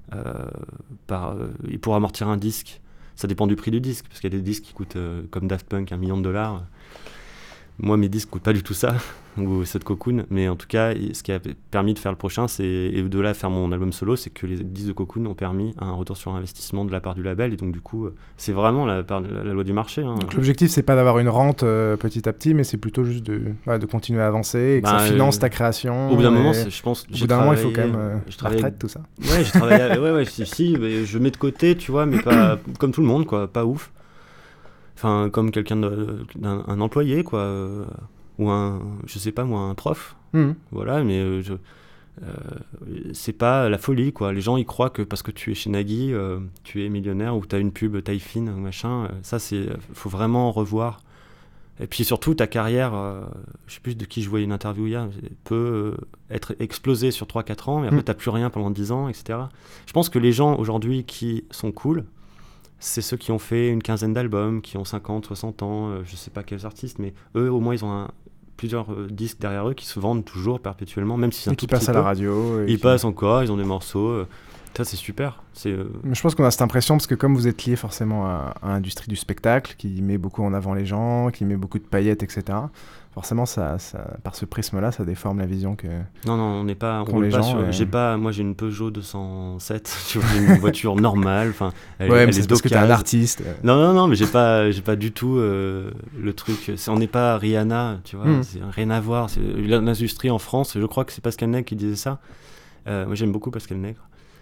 et pour amortir un disque, ça dépend du prix du disque, parce qu'il y a des disques qui coûtent, comme Daft Punk, $1 million. Moi, mes disques coûtent pas du tout ça, ou cette Cocoon, mais en tout cas, ce qui a permis de faire le prochain, et de là faire mon album solo, c'est que les disques de Cocoon ont permis un retour sur investissement de la part du label, et donc du coup, c'est vraiment la loi du marché. Hein. Donc l'objectif, c'est pas d'avoir une rente petit à petit, mais c'est plutôt juste de continuer à avancer, et que ça finance ta création. Au bout d'un moment, je pense... Au bout d'un moment, il faut quand même la retraite, tout ça. Ouais, j'ai travaillé... si, je mets de côté, tu vois, mais pas comme tout le monde, quoi, pas ouf. Enfin, comme un employé, quoi, ou je sais pas moi, un prof. Voilà, mais c'est pas la folie, quoi. Les gens, ils croient que parce que tu es chez Nagui, tu es millionnaire, ou t'as une pub taille fine, machin. Ça, faut vraiment revoir Et puis surtout, ta carrière, je sais plus de qui je voyais une interview hier, peut être explosée sur 3-4 ans, et après, t'as plus rien pendant 10 ans, etc. Je pense que les gens aujourd'hui qui sont cool, c'est ceux qui ont fait une quinzaine d'albums, qui ont 50, 60 ans, je sais pas quels artistes, mais eux, au moins, ils ont plusieurs disques derrière eux qui se vendent toujours perpétuellement, même si c'est un qui passent à la radio. Ils passent encore, ils ont des morceaux. Ça, c'est super. Mais je pense qu'on a cette impression, parce que comme vous êtes lié forcément à l'industrie du spectacle, qui met beaucoup en avant les gens, qui met beaucoup de paillettes, etc., forcément, par ce prisme-là, ça déforme la vision que... Non, on n'est pas... On les gens, Moi, j'ai une Peugeot 207, j'ai une voiture normale. Mais c'est parce que t'es un artiste. Non, mais j'ai pas du tout le truc... On n'est pas Rihanna, tu vois, c'est rien à voir. C'est l'industrie en France, je crois que c'est Pascal Nègre qui disait ça. Moi, j'aime beaucoup Pascal Nègre.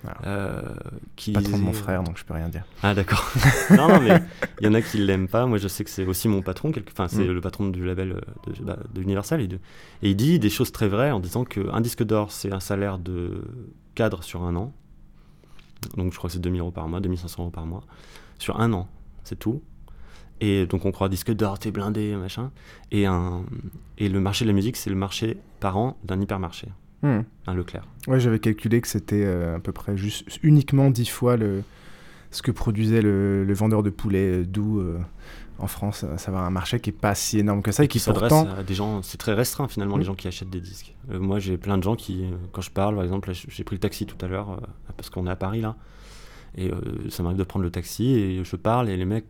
Patron de mon frère, donc je peux rien dire. Ah d'accord. non, mais il y en a qui l'aiment pas. Moi, je sais que c'est aussi mon patron. C'est le patron du label de Universal. Et il dit des choses très vraies en disant qu'un disque d'or, c'est un salaire de cadre sur un an. Donc je crois que c'est 2 000 € par mois, 2 500 € par mois. Sur un an, c'est tout. Et donc on croit disque d'or, t'es blindé, machin. Et le marché de la musique, c'est le marché par an d'un hypermarché. Un Leclerc. Ouais, j'avais calculé que c'était à peu près uniquement 10 fois ce que produisait le vendeur de poulet doux en France, à savoir un marché qui n'est pas si énorme que ça et qui s'adresse pourtant... à des gens, c'est très restreint finalement, les gens qui achètent des disques. Moi j'ai plein de gens qui, quand je parle, par exemple, là, j'ai pris le taxi tout à l'heure parce qu'on est à Paris là, et ça m'arrive de prendre le taxi et je parle et les mecs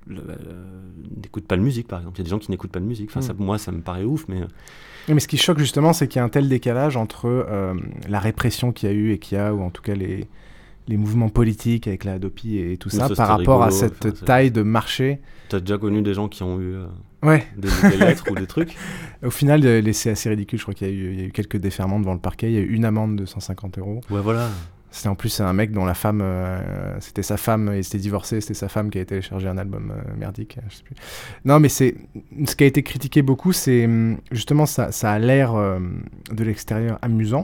n'écoutent pas de musique par exemple. Il y a des gens qui n'écoutent pas de musique, moi ça me paraît ouf, mais... Mais ce qui choque justement, c'est qu'il y a un tel décalage entre la répression qu'il y a eu et qu'il y a, ou en tout cas les mouvements politiques avec la Hadopi et tout ça, par rapport à cette taille de marché. T'as déjà connu des gens qui ont eu des lettres ou des trucs? Au final, c'est assez ridicule. Je crois qu'il y a eu quelques déferments devant le parquet. Il y a eu une amende de 150 €. Ouais, voilà. C'était en plus un mec dont la femme, c'était sa femme, il s'était divorcé, c'était sa femme qui avait téléchargé un album merdique, je sais plus. Non, mais ce qui a été critiqué beaucoup, c'est justement ça a l'air de l'extérieur amusant,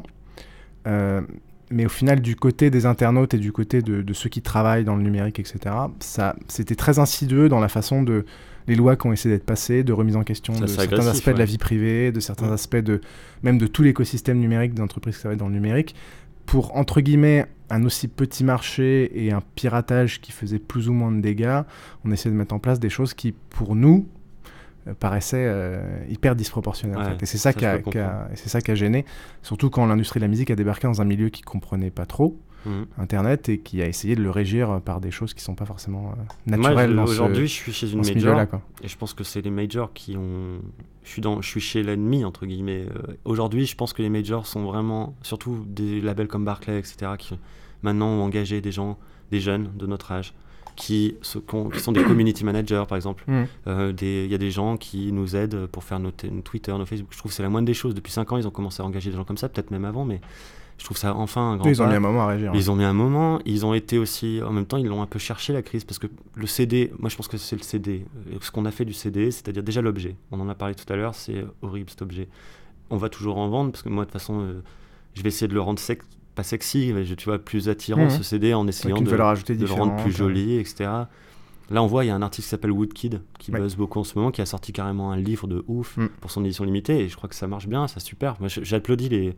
mais au final, du côté des internautes et du côté de ceux qui travaillent dans le numérique, etc., c'était très insidieux dans la façon les lois qui ont essayé d'être passées, de remise en question de certains aspects de la vie privée, de certains aspects même de tout l'écosystème numérique des entreprises qui travaillent dans le numérique, pour, entre guillemets, un aussi petit marché et un piratage qui faisait plus ou moins de dégâts, on essayait de mettre en place des choses qui, pour nous, paraissaient hyper disproportionnées. En fait. Et c'est ça qui a gêné, surtout quand l'industrie de la musique a débarqué dans un milieu qui ne comprenait pas trop Internet et qui a essayé de le régir par des choses qui ne sont pas forcément naturelles. Aujourd'hui, je suis chez une major, et je pense que c'est les majors qui ont... Je suis chez l'ennemi, entre guillemets. Aujourd'hui, je pense que les majors sont vraiment, surtout des labels comme Barclay, etc., qui maintenant ont engagé des gens, des jeunes de notre âge, qui sont des community managers, par exemple. Il y a des gens qui nous aident pour faire nos Twitter, nos Facebook. Je trouve que c'est la moindre des choses. Depuis 5 ans, ils ont commencé à engager des gens comme ça, peut-être même avant, mais je trouve ça enfin un grand pas. Ils ont mis un moment à réagir. Ils ont mis un moment. Ils ont été aussi... En même temps, ils l'ont un peu cherché, la crise, parce que le CD... Moi, je pense que c'est le CD. Ce qu'on a fait du CD, c'est-à-dire déjà l'objet. On en a parlé tout à l'heure, c'est horrible, cet objet. On va toujours en vendre, parce que moi, de toute façon, je vais essayer de le rendre pas sexy, mais tu vois, plus attirant, ce CD, en essayant de le rendre plus joli, etc. Là, on voit, il y a un artiste qui s'appelle Woodkid, qui buzz beaucoup en ce moment, qui a sorti carrément un livre de ouf pour son édition limitée, et je crois que ça marche bien, c'est super. Moi, j'applaudis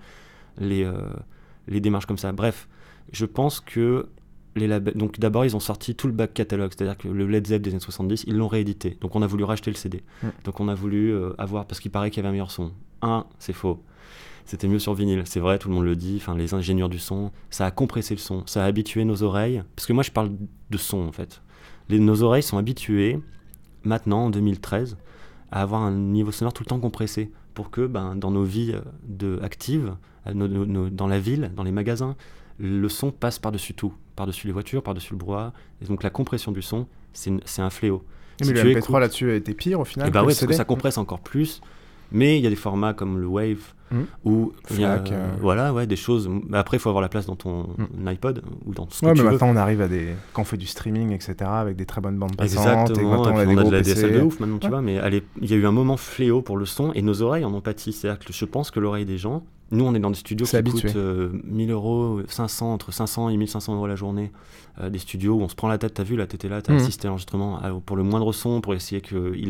les démarches comme ça. Bref, je pense que les labels... Donc d'abord, ils ont sorti tout le back catalogue, c'est-à-dire que le Led Zepp des années 70, ils l'ont réédité. Donc on a voulu racheter le CD. Donc on a voulu avoir... Parce qu'il paraît qu'il y avait un meilleur son. C'est faux. C'était mieux sur vinyle, c'est vrai, tout le monde le dit, enfin les ingénieurs du son, ça a compressé le son, ça a habitué nos oreilles, parce que moi je parle de son en fait. Nos oreilles sont habituées, maintenant en 2013, à avoir un niveau sonore tout le temps compressé, pour que dans nos vies actives, dans la ville, dans les magasins, le son passe par-dessus tout, par-dessus les voitures, par-dessus le brouhaha, et donc la compression du son, c'est un fléau. Mais le MP3 là-dessus a été pire au final. Et ouais, parce que ça compresse encore plus. Mais il y a des formats comme le Wave où il y a des choses. Mais après, il faut avoir la place dans ton iPod ou dans tout ce que tu veux. Mais maintenant, on arrive quand on fait du streaming, etc., avec des très bonnes bandes passantes. Exactement. On a de la DSL de ouf maintenant, tu vois. Mais il y a eu un moment fléau pour le son et nos oreilles en ont pâti. C'est-à-dire que je pense que l'oreille des gens. Nous, on est dans des studios qui coûtent 1000 €, 500, entre 500 et 1500 € la journée. Des studios où on se prend la tête. T'as vu, là, t'étais là, t'as assisté à l'enregistrement pour le moindre son, pour essayer qu'il ait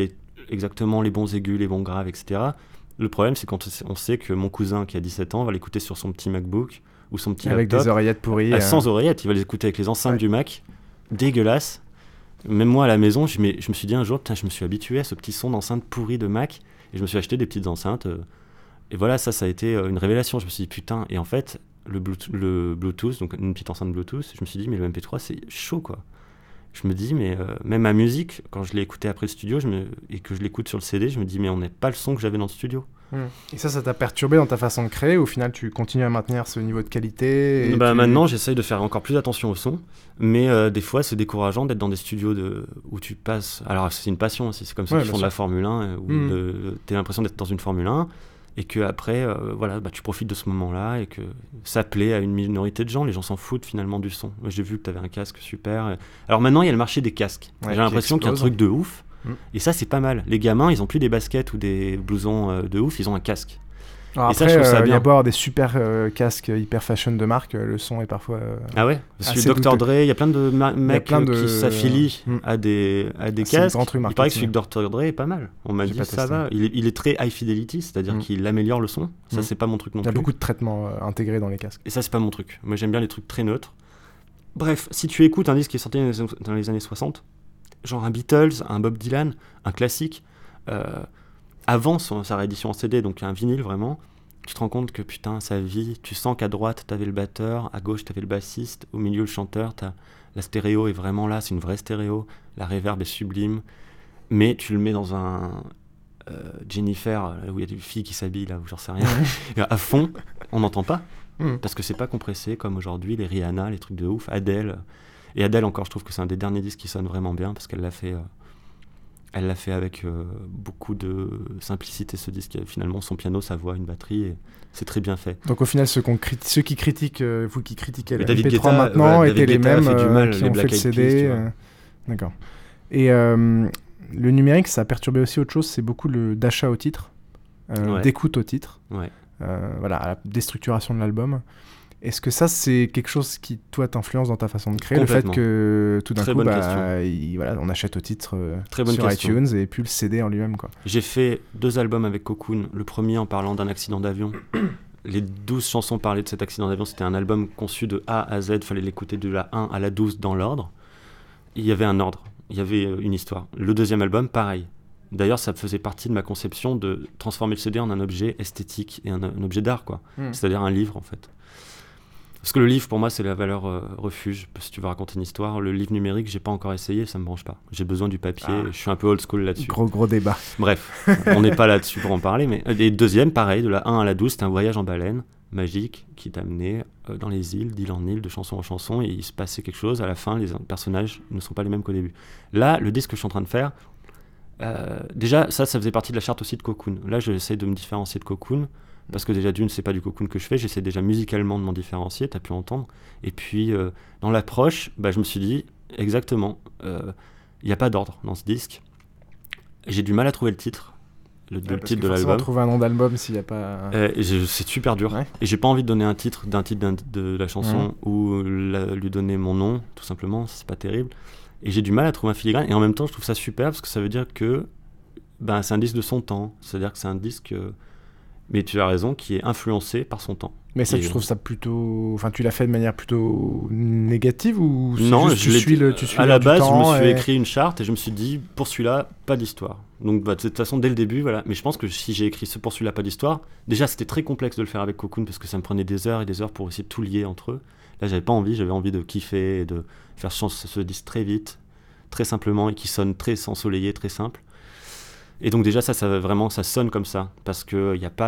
exactement les bons aigus, les bons graves, etc. Le problème, c'est quand on sait que mon cousin qui a 17 ans va l'écouter sur son petit MacBook ou son petit avec laptop. Avec des oreillettes pourries. Sans oreillettes, il va les écouter avec les enceintes du Mac. Dégueulasse. Même moi à la maison, je me suis dit un jour, putain, je me suis habitué à ce petit son d'enceinte pourri de Mac et je me suis acheté des petites enceintes. Et voilà, ça a été une révélation. Je me suis dit, putain, et en fait, le Bluetooth, donc une petite enceinte Bluetooth, je me suis dit, mais le MP3, c'est chaud, quoi. Je me dis, mais même ma musique, quand je l'ai écoutée après le studio et que je l'écoute sur le CD, je me dis, mais on n'est pas le son que j'avais dans le studio. Et ça t'a perturbé dans ta façon de créer, ou au final tu continues à maintenir ce niveau de qualité Maintenant j'essaye de faire encore plus attention au son, mais des fois c'est décourageant d'être dans des studios où tu passes, alors c'est une passion aussi, c'est comme ceux qui font de la Formule 1, où t'as l'impression d'être dans une Formule 1, et que après tu profites de ce moment-là, et que ça plaît à une minorité de gens, les gens s'en foutent finalement du son. Moi, j'ai vu que t'avais un casque super, alors maintenant il y a le marché des casques, j'ai l'impression qu'il y a un truc de ouf. Et ça, c'est pas mal. Les gamins, ils ont plus des baskets ou des blousons de ouf, ils ont un casque. Alors après, ça, je trouve ça bien. Il y a beau avoir des super casques hyper fashion de marque, le son est parfois ah ouais, parce que Dr. Dre, il y a plein de mecs qui s'affilient à des casques. Il paraît que celui de Dr. Dre est pas mal. On m'a dit ça va. Il est très high fidelity, c'est-à-dire qu'il améliore le son. Ça, c'est pas mon truc non plus. Il y a beaucoup de traitements intégrés dans les casques. Et ça, c'est pas mon truc. Moi, j'aime bien les trucs très neutres. Bref, si tu écoutes un disque qui est sorti dans les années 60, genre un Beatles, un Bob Dylan, un classique, avant sa réédition en CD, donc un vinyle vraiment, tu te rends compte que putain, sa vie, tu sens qu'à droite t'avais le batteur, à gauche t'avais le bassiste, au milieu le chanteur, la stéréo est vraiment là, c'est une vraie stéréo, la reverb est sublime, mais tu le mets dans un Jennifer, où il y a des filles qui s'habillent, là, où j'en sais rien, à fond, on n'entend pas, parce que c'est pas compressé comme aujourd'hui, les Rihanna, les trucs de ouf, Adele. Et Adele, encore, je trouve que c'est un des derniers disques qui sonne vraiment bien, parce qu'elle l'a fait avec beaucoup de simplicité, ce disque. Finalement, son piano, sa voix, une batterie, et c'est très bien fait. Donc au final, ceux qui critiquent, vous qui critiquez le David MP3 Guetta, maintenant, étaient les mêmes qui ont Black fait le CD. D'accord. Et le numérique, ça a perturbé aussi autre chose, c'est beaucoup d'achat au titre, d'écoute au titre, à la déstructuration de l'album. Est-ce que ça, c'est quelque chose qui, toi, t'influence dans ta façon de créer ? Le fait que tout d'un coup, on achète au titre sur iTunes et puis le CD en lui-même, quoi. J'ai fait 2 albums avec Cocoon. Le premier en parlant d'un accident d'avion. Les 12 chansons parlaient de cet accident d'avion. C'était un album conçu de A à Z. Il fallait l'écouter de la 1 à la 12 dans l'ordre. Il y avait un ordre. Il y avait une histoire. Le deuxième album, pareil. D'ailleurs, ça faisait partie de ma conception de transformer le CD en un objet esthétique et un objet d'art, quoi. C'est-à-dire un livre, en fait. Parce que le livre, pour moi, c'est la valeur refuge. Si tu veux raconter une histoire, le livre numérique, j'ai pas encore essayé, ça me branche pas. J'ai besoin du papier, je suis un peu old school là-dessus. Gros débat. Bref, on n'est pas là-dessus pour en parler. Mais... Et deuxième, pareil, de la 1 à la 12, c'était un voyage en baleine magique qui t'amenait dans les îles, d'île en île, de chanson en chanson, et il se passait quelque chose. À la fin, les personnages ne sont pas les mêmes qu'au début. Là, le disque que je suis en train de faire, déjà, ça faisait partie de la charte aussi de Cocoon. Là, j'essaie de me différencier de Cocoon. Parce que déjà d'une, c'est pas du Cocoon que je fais, j'essaie déjà musicalement de m'en différencier, t'as pu entendre. Et puis dans l'approche, je me suis dit, exactement, il n'y a pas d'ordre dans ce disque. J'ai du mal à trouver le titre, le titre de l'album. Trouver un nom d'album s'il n'y a pas... c'est super dur. Ouais. Et j'ai pas envie de donner un titre de la chanson ou lui donner mon nom, tout simplement, c'est pas terrible. Et j'ai du mal à trouver un filigrane. Et en même temps, je trouve ça super parce que ça veut dire que c'est un disque de son temps. C'est-à-dire que c'est un disque... mais tu as raison, qui est influencé par son temps. Mais ça, tu trouves ça plutôt... Enfin, tu l'as fait de manière plutôt négative ou non, juste, tu suis à la base, je me suis écrit une charte et je me suis dit, pour celui-là, pas d'histoire. Donc, de toute façon, dès le début, voilà. Mais je pense que si j'ai écrit pour celui-là, pas d'histoire, déjà, c'était très complexe de le faire avec Cocoon parce que ça me prenait des heures et des heures pour essayer de tout lier entre eux. Là, j'avais envie de kiffer et de faire ce disque très vite, très simplement et qui sonne très ensoleillé, très simple. Et donc déjà ça sonne comme ça parce que il y a pas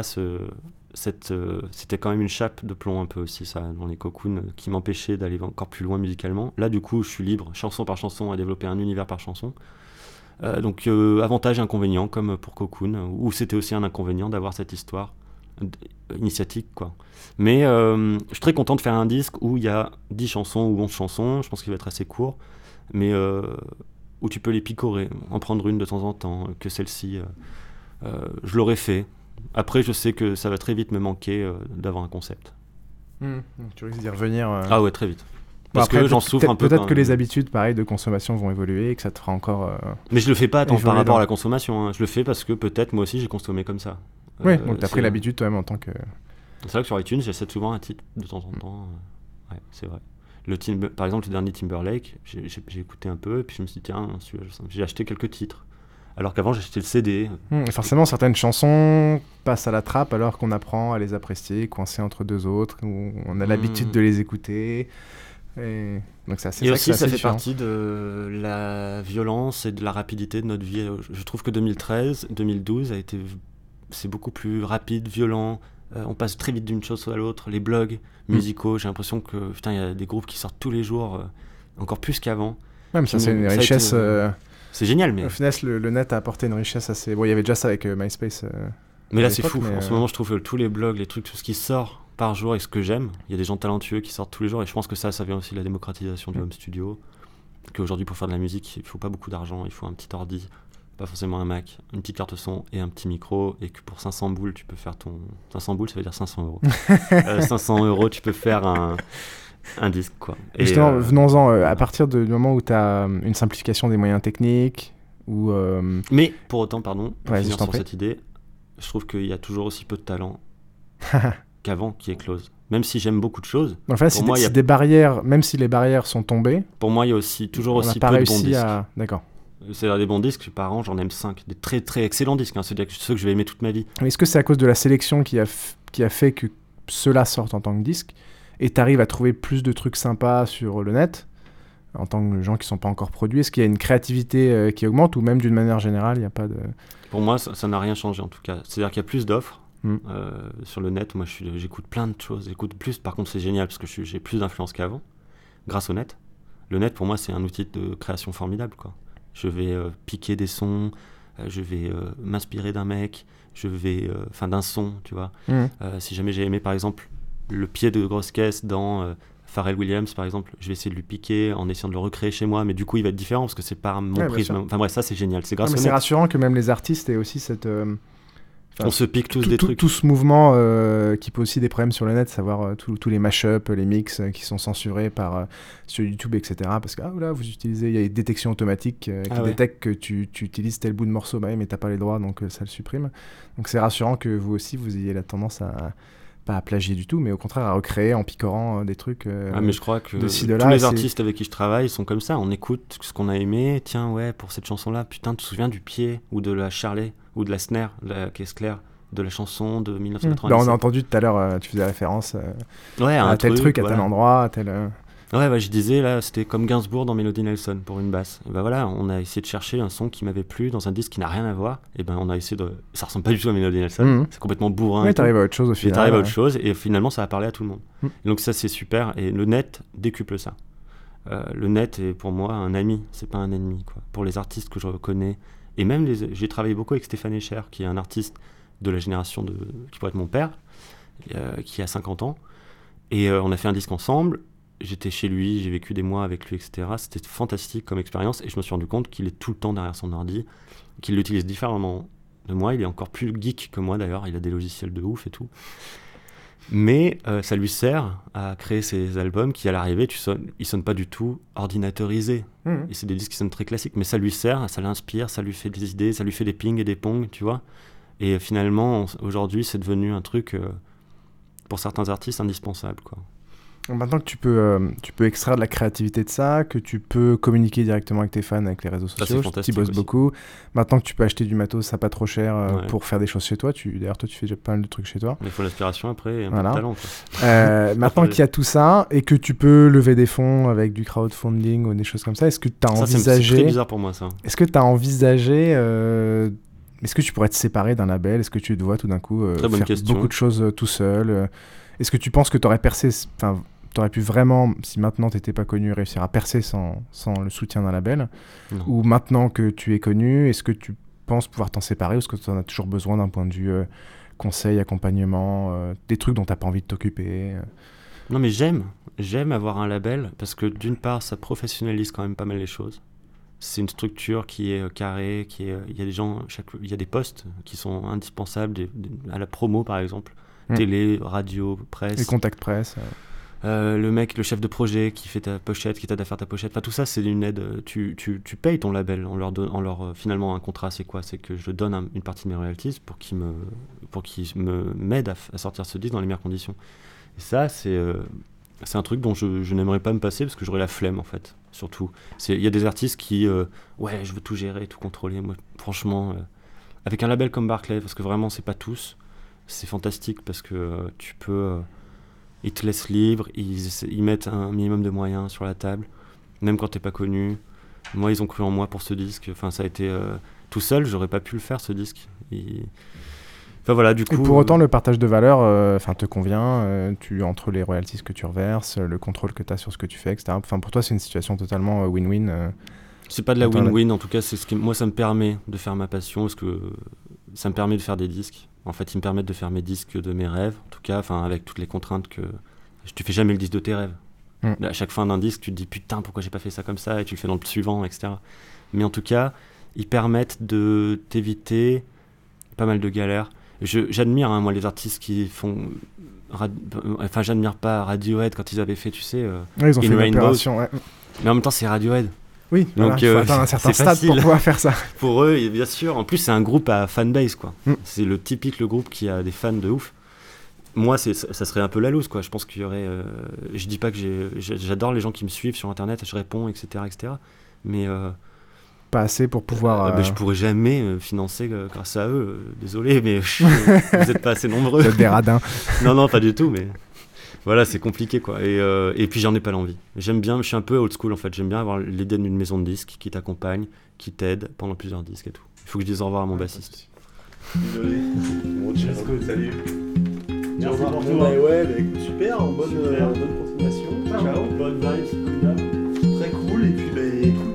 c'était quand même une chape de plomb un peu aussi ça dans les Cocoon qui m'empêchait d'aller encore plus loin musicalement. Là du coup je suis libre chanson par chanson à développer un univers par chanson. Donc avantage et inconvénient comme pour Cocoon où c'était aussi un inconvénient d'avoir cette histoire initiatique quoi. Mais je suis très content de faire un disque où il y a 10 chansons ou 11 chansons, je pense qu'il va être assez court mais où tu peux les picorer, en prendre une de temps en temps, que celle-ci, je l'aurais fait. Après, je sais que ça va très vite me manquer d'avoir un concept. Tu risques d'y revenir Ah ouais, très vite. Parce que j'en souffre un peu. Peut-être que les habitudes, pareil, de consommation vont évoluer et que ça te fera encore. Mais je le fais pas tant par rapport à la consommation. Hein. Je le fais parce que peut-être moi aussi j'ai consommé comme ça. Oui, donc t'as pris l'habitude toi-même en tant que. C'est vrai que sur iTunes, j'achète souvent un titre de temps en temps. Ouais, c'est vrai. Par exemple, le dernier Timberlake, j'ai écouté un peu et puis je me suis dit tiens, j'ai acheté quelques titres. Alors qu'avant j'achetais le CD. Forcément, certaines chansons passent à la trappe alors qu'on apprend à les apprécier, coincées entre deux autres, où on a l'habitude de les écouter. Et donc c'est assez. Et aussi, ça fait partie de la violence et de la rapidité de notre vie. Je trouve que 2013, 2012 c'est beaucoup plus rapide, violent. On passe très vite d'une chose à l'autre. Les blogs musicaux, j'ai l'impression que putain, il y a des groupes qui sortent tous les jours, encore plus qu'avant. Ouais, mais ça c'est une richesse. C'est génial, mais. Au final, le net a apporté une richesse assez. Bon, il y avait déjà ça avec MySpace. Mais là, c'est fou. En ce moment, je trouve que tous les blogs, les trucs, tout ce qui sort par jour et ce que j'aime, il y a des gens talentueux qui sortent tous les jours et je pense que ça vient aussi de la démocratisation du home studio. Qu'aujourd'hui, pour faire de la musique, il faut pas beaucoup d'argent, il faut un petit ordi, pas forcément un Mac, une petite carte son et un petit micro, et que pour 500 boules, tu peux faire ton. 500 boules, ça veut dire 500 euros. 500 euros, tu peux faire un disque, quoi. Et justement, venons-en, à partir du moment où tu as une simplification des moyens techniques, ou. Mais pour autant, pardon, pour finir sur cette idée, je trouve qu'il y a toujours aussi peu de talent qu'avant qui éclose. Même si j'aime beaucoup de choses. Enfin, des barrières, même si les barrières sont tombées. Pour moi, il y a toujours aussi peu de bons disques. D'accord. C'est-à-dire des bons disques, par an, j'en aime 5. Des très très excellents disques, c'est-à-dire ceux que je vais aimer toute ma vie. Mais est-ce que c'est à cause de la sélection qui a fait que ceux-là sortent en tant que disques et t'arrives à trouver plus de trucs sympas sur le net en tant que gens qui sont pas encore produits? Est-ce qu'il y a une créativité qui augmente ou même d'une manière générale, il n'y a pas de... Pour moi, ça n'a rien changé en tout cas. C'est-à-dire qu'il y a plus d'offres sur le net. Moi, j'écoute plein de choses. J'écoute plus. Par contre, c'est génial parce que j'ai plus d'influence qu'avant grâce au net. Le net, pour moi, c'est un outil de création formidable, quoi. Je vais piquer des sons, je vais m'inspirer d'un mec, d'un son, tu vois. Si jamais j'ai aimé, par exemple, le pied de grosse caisse dans Pharrell Williams, par exemple, je vais essayer de lui piquer en essayant de le recréer chez moi, mais du coup, il va être différent parce que c'est par mon prisme. Enfin bref, ça, c'est génial. C'est grâce au net. C'est rassurant que même les artistes aient aussi cette... on se pique tous des trucs. Tout ce mouvement qui pose aussi des problèmes sur le net, savoir tous les mashups, les mix qui sont censurés sur YouTube, etc. Parce que il y a des détections automatiques qui détectent que tu utilises tel bout de morceau, mais t'as pas les droits, donc ça le supprime. Donc c'est rassurant que vous aussi, vous ayez la tendance pas à plagier du tout, mais au contraire à recréer en picorant des trucs mais je crois que tous les artistes avec qui je travaille sont comme ça. On écoute ce qu'on a aimé. Tiens, ouais, pour cette chanson-là, putain, tu te souviens du pied ou de la charlet ou de la snare, la caisse claire de la chanson de 1997. On a entendu tout à l'heure, tu faisais référence à tel truc, à tel endroit, à tel... Ouais, je disais, là, c'était comme Gainsbourg dans Melody Nelson pour une basse. Et voilà, on a essayé de chercher un son qui m'avait plu dans un disque qui n'a rien à voir. Et on a essayé de... Ça ressemble pas du tout à Melody Nelson, c'est complètement bourrin. Mais t'arrives à autre chose au final. T'arrives à autre chose, et finalement, ça va parler à tout le monde. Et donc ça, c'est super, et le net décuple ça. Le net est pour moi un ami, c'est pas un ennemi, quoi. Pour les artistes que je reconnais, et même j'ai travaillé beaucoup avec Stéphane Echer, qui est un artiste de la génération qui pourrait être mon père, qui a 50 ans, et on a fait un disque ensemble. J'étais chez lui, j'ai vécu des mois avec lui, etc. C'était fantastique comme expérience, et je me suis rendu compte qu'il est tout le temps derrière son ordi, qu'il l'utilise différemment de moi. Il est encore plus geek que moi d'ailleurs, il a des logiciels de ouf et tout. Mais ça lui sert à créer ses albums qui, à l'arrivée, ils sonnent pas du tout ordinateurisés. Et c'est des disques qui sonnent très classiques, mais ça lui sert, ça l'inspire, ça lui fait des idées, ça lui fait des pings et des pongs, tu vois. Et finalement, aujourd'hui, c'est devenu un truc, pour certains artistes, indispensable, quoi. Maintenant que tu peux extraire de la créativité de ça, que tu peux communiquer directement avec tes fans, avec les réseaux sociaux, tu bosses beaucoup. Maintenant que tu peux acheter du matos, ça pas trop cher pour faire des choses chez toi. D'ailleurs, toi, tu fais déjà pas mal de trucs chez toi. Il faut l'inspiration après et un peu de talent, quoi. Maintenant qu'il y a tout ça et que tu peux lever des fonds avec du crowdfunding ou des choses comme ça, est-ce que tu as envisagé... C'est très bizarre pour moi, ça. Est-ce que tu as envisagé... Est-ce que tu pourrais te séparer d'un label? Est-ce que tu te vois tout d'un coup faire beaucoup de choses tout seul? Est-ce que tu penses que tu aurais percé... T'aurais pu vraiment, si maintenant t'étais pas connu, réussir à percer sans le soutien d'un label? Ou maintenant que tu es connu, est-ce que tu penses pouvoir t'en séparer ou est-ce que tu en as toujours besoin d'un point de vue conseil, accompagnement, des trucs dont t'as pas envie de t'occuper? Non, mais j'aime avoir un label parce que d'une part ça professionnalise quand même pas mal les choses. C'est une structure qui est carrée, il y a des gens, il y a des postes qui sont indispensables à la promo par exemple, télé, radio, presse. Les contacts presse. le mec, le chef de projet qui fait ta pochette, qui t'aide à faire ta pochette. Enfin, tout ça, c'est une aide. Tu payes ton label en leur finalement un contrat. C'est quoi ? C'est que je donne une partie de mes royalties pour qu'ils m'aident à sortir ce disque dans les meilleures conditions. Et ça, c'est un truc dont je n'aimerais pas me passer parce que j'aurais la flemme en fait. Surtout, il y a des artistes qui, ouais, je veux tout gérer, tout contrôler. Moi, franchement, avec un label comme Barclay, parce que vraiment, c'est pas tous. C'est fantastique parce que tu peux. Ils te laissent libre, ils mettent un minimum de moyens sur la table, même quand t'es pas connu. Moi, ils ont cru en moi pour ce disque. Enfin, ça a été tout seul, j'aurais pas pu le faire ce disque. Enfin voilà, du coup. Et pour autant, le partage de valeur, te convient. Entre les royalties que tu reverses, le contrôle que t'as sur ce que tu fais, etc. Enfin, pour toi, c'est une situation totalement win-win. C'est pas de la win-win, en tout cas, c'est moi, ça me permet de faire ma passion, parce que ça me permet de faire des disques. En fait, ils me permettent de faire mes disques de mes rêves, en tout cas, avec toutes les contraintes que... Tu fais jamais le disque de tes rêves. À chaque fin d'un disque, tu te dis « Putain, pourquoi j'ai pas fait ça comme ça ?» et tu le fais dans le suivant, etc. Mais en tout cas, ils permettent de t'éviter pas mal de galères. J'admire, moi, les artistes qui font... j'admire pas Radiohead quand ils avaient fait, tu sais, ils ont fait une opération, ouais. Mais en même temps, c'est Radiohead. Oui, donc il faut atteindre un certain stade pour pouvoir faire ça. Pour eux, bien sûr. En plus, c'est un groupe à fanbase, quoi. C'est le groupe qui a des fans de ouf. Moi, ça serait un peu la loose, quoi. Je pense qu'il y aurait... je dis pas que j'adore les gens qui me suivent sur Internet, je réponds, etc. Mais... pas assez pour pouvoir... je pourrais jamais financer grâce à eux. Désolé, mais vous êtes pas assez nombreux. Vous êtes des radins. Non, pas du tout, mais... Voilà, c'est compliqué, quoi. Et puis, j'en ai pas l'envie. J'aime bien, je suis un peu old school, en fait. J'aime bien avoir l'idée d'une maison de disques qui t'accompagne, qui t'aide pendant plusieurs disques et tout. Il faut que je dise au revoir à mon bassiste. Désolé. Bon, salut. Merci pour tout. Ouais, super, bonne continuation. Ciao. Bonne vibes. Très cool, et puis, écoute...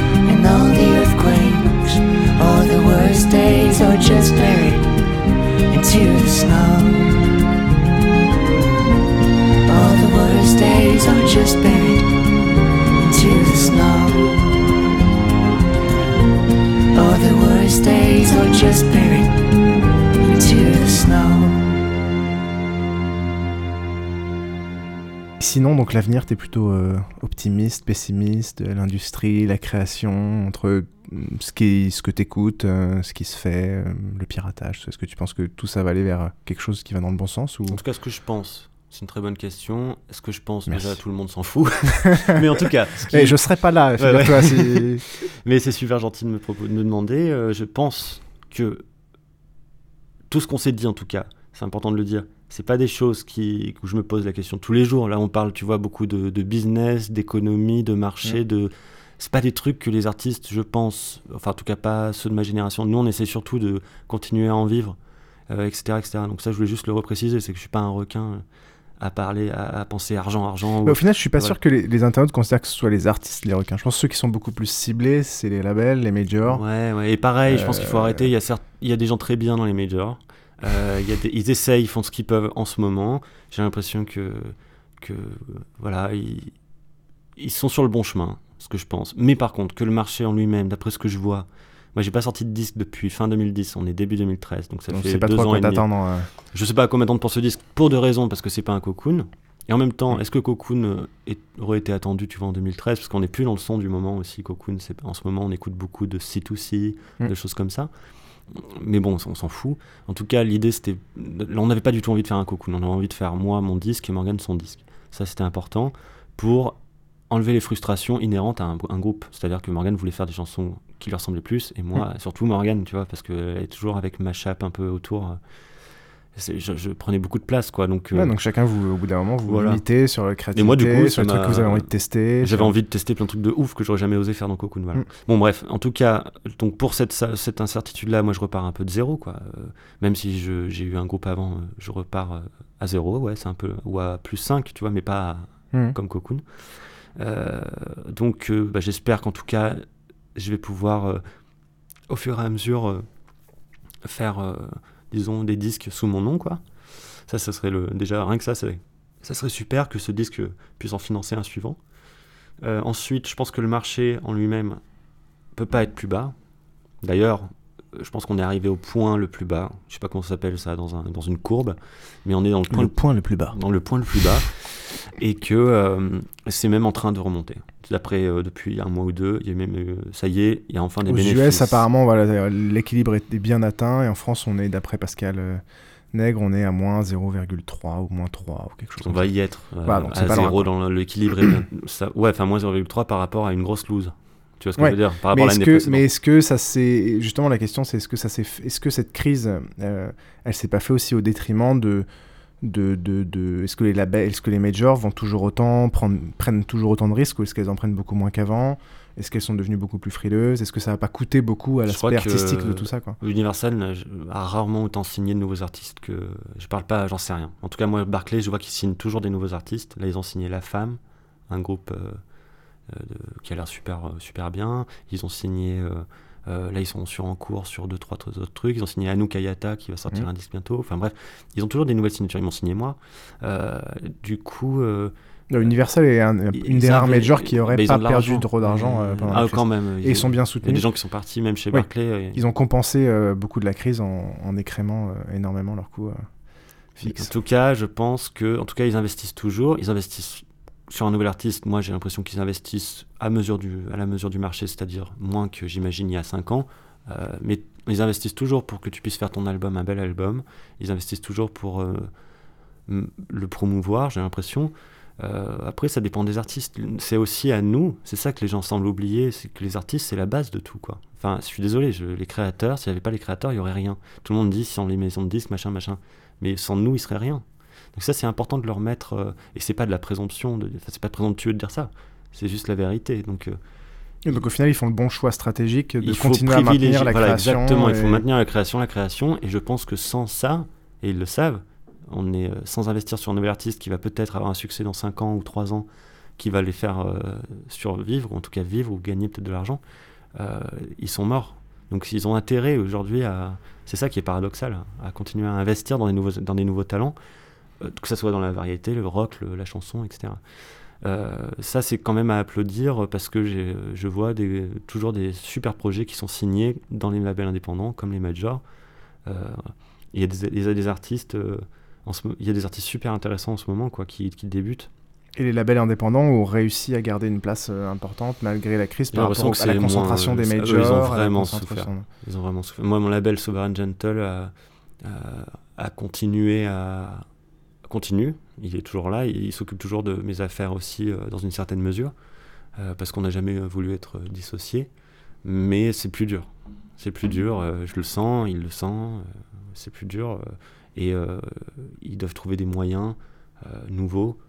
Just buried summer's days or just buried into the snow. Sinon, donc l'avenir, t'es plutôt optimiste, pessimiste, l'industrie, la création, entre ce que t'écoutes, ce qui se fait, le piratage. Est-ce que tu penses que tout ça va aller vers quelque chose qui va dans le bon sens ou... En tout cas, ce que je pense, c'est une très bonne question. Est-ce que je pense Merci. déjà tout le monde s'en fout. Mais en tout cas, je serais pas là, figure-toi. Si... Mais c'est super gentil de me demander. Je pense que tout ce qu'on s'est dit, en tout cas, c'est important de le dire. C'est pas des choses où je me pose la question tous les jours. Là, on parle, tu vois, beaucoup de business, d'économie, de marché, c'est pas des trucs que les artistes, je pense, enfin en tout cas pas ceux de ma génération. Nous, on essaie surtout de continuer à en vivre, etc., etc. Donc ça, je voulais juste le repréciser, c'est que je suis pas un requin à parler, à penser argent. Au final, je suis pas sûr que les internautes considèrent que ce soit les artistes les requins. Je pense que ceux qui sont beaucoup plus ciblés, c'est les labels, les majors. Ouais. Et pareil, je pense qu'il faut arrêter. Il y a des gens très bien dans les majors. Ils essayent, ils font ce qu'ils peuvent en ce moment. J'ai l'impression que voilà, ils sont sur le bon chemin, ce que je pense. Mais par contre, que le marché en lui-même, d'après ce que je vois, moi j'ai pas sorti de disque depuis fin 2010, on est début 2013, donc ça fait 2 ans et demi. C'est pas trop à quoi t'attendre. Je sais pas à quoi m'attendre pour ce disque, pour 2 raisons, parce que c'est pas un Cocoon. Et en même temps, est-ce que Cocoon aurait été attendu, tu vois, en 2013, parce qu'on n'est plus dans le son du moment aussi. Cocoon, en ce moment, on écoute beaucoup de C2C, de choses comme ça. Mais bon, on s'en fout. En tout cas, l'idée, c'était... On n'avait pas du tout envie de faire un Cocoon. On avait envie de faire moi, mon disque, et Morgane, son disque. Ça, c'était important pour enlever les frustrations inhérentes à un groupe. C'est-à-dire que Morgane voulait faire des chansons qui lui ressemblaient plus, et moi, surtout Morgane, tu vois, parce qu'elle est toujours avec ma chape un peu autour... Je prenais beaucoup de place, quoi. Donc chacun, au bout d'un moment, vous limitez sur la créativité, et moi, du coup, sur les trucs que vous avez envie de tester. J'avais envie de tester plein de trucs de ouf que j'aurais jamais osé faire dans Cocoon. Voilà. Bon, bref, en tout cas, donc pour cette incertitude-là, moi, je repars un peu de zéro, quoi. Même si j'ai eu un groupe avant, je repars à zéro, ouais, c'est un peu, ou à plus 5, tu vois, mais pas comme Cocoon. Donc, j'espère qu'en tout cas, je vais pouvoir, au fur et à mesure, faire... disons des disques sous mon nom, quoi. Ça serait déjà rien que ça serait super que ce disque puisse en financer un suivant. Ensuite, je pense que le marché en lui-même peut pas être plus bas. D'ailleurs, je pense qu'on est arrivé au point le plus bas. Je sais pas comment ça s'appelle ça dans une courbe, mais on est dans le point le plus bas. Dans le point le plus bas, et que c'est même en train de remonter. Depuis un mois ou 2, il y a même ça y est, il y a enfin des bénéfices. Aux US, apparemment, voilà, l'équilibre est bien atteint, et en France, on est, d'après Pascal Nègre, on est à moins 0,3 ou moins 3 ou quelque chose. On va y être donc à 0 dans l'équilibre. Moins 0,3 par rapport à une grosse lose. Tu vois ce que je veux dire par rapport à l'année précédente. Mais est-ce que ça s'est... Justement, la question, c'est est-ce que cette crise, elle s'est pas fait aussi au détriment de est-ce que les labels, est-ce que les majors prennent toujours autant de risques, ou est-ce qu'elles en prennent beaucoup moins qu'avant? Est-ce qu'elles sont devenues beaucoup plus frileuses? Est-ce que ça va pas coûter beaucoup à l'aspect artistique de tout ça, quoi? Universal a rarement autant signé de nouveaux artistes que... Je parle pas, j'en sais rien. En tout cas, moi, Barclay, je vois qu'ils signent toujours des nouveaux artistes. Là, ils ont signé La Femme, un groupe qui a l'air super bien. Ils ont signé... là, ils sont en cours sur 2-3 autres trucs. Ils ont signé Anouk Ayata qui va sortir un disque bientôt. Enfin bref, ils ont toujours des nouvelles signatures. Ils m'ont signé moi. Du coup... Universal est une des rares majors qui n'aurait pas perdu trop d'argent pendant la crise. Quand même. Et ils sont bien soutenus. Il y a des gens qui sont partis, même chez Barclay. Ils ont compensé beaucoup de la crise en écrémant énormément leurs coûts fixes. En tout cas, je pense que... En tout cas, ils investissent toujours. Ils investissent sur un nouvel artiste. Moi, j'ai l'impression qu'ils investissent à la mesure du marché, c'est-à-dire moins que j'imagine il y a 5 ans. Mais ils investissent toujours pour que tu puisses faire ton album, un bel album. Ils investissent toujours pour le promouvoir, j'ai l'impression. Après, ça dépend des artistes. C'est aussi à nous, c'est ça que les gens semblent oublier, c'est que les artistes, c'est la base de tout, quoi. Enfin, je suis désolé, les créateurs, s'il n'y avait pas les créateurs, il n'y aurait rien. Tout le monde dit, sans les maisons de disques, machin. Mais sans nous, il ne serait rien. Donc ça, c'est important de leur mettre... et c'est pas de la présomption, c'est pas présomptueux de dire ça. C'est juste la vérité. Donc au final, ils font le bon choix stratégique de continuer à maintenir la création. Exactement, il faut maintenir la création. Et je pense que sans ça, et ils le savent, on est sans investir sur un nouvel artiste qui va peut-être avoir un succès dans 5 ans ou 3 ans, qui va les faire survivre, ou en tout cas vivre, ou gagner peut-être de l'argent, ils sont morts. Donc ils ont intérêt aujourd'hui c'est ça qui est paradoxal, à continuer à investir dans des nouveaux talents, que ça soit dans la variété, le rock, la chanson, etc. Ça, c'est quand même à applaudir parce que je vois toujours des super projets qui sont signés dans les labels indépendants, comme les majors. Il y a des artistes, il y a des artistes super intéressants en ce moment, quoi, qui débutent. Et les labels indépendants ont réussi à garder une place importante malgré la crise par rapport à la concentration des majors. Ils ont vraiment souffert. Moi, mon label Sober & Gentle continue. Il est toujours là. Il s'occupe toujours de mes affaires aussi dans une certaine mesure parce qu'on n'a jamais voulu être dissociés. Mais c'est plus dur. Je le sens, il le sent. C'est plus dur. Et ils doivent trouver des moyens nouveaux.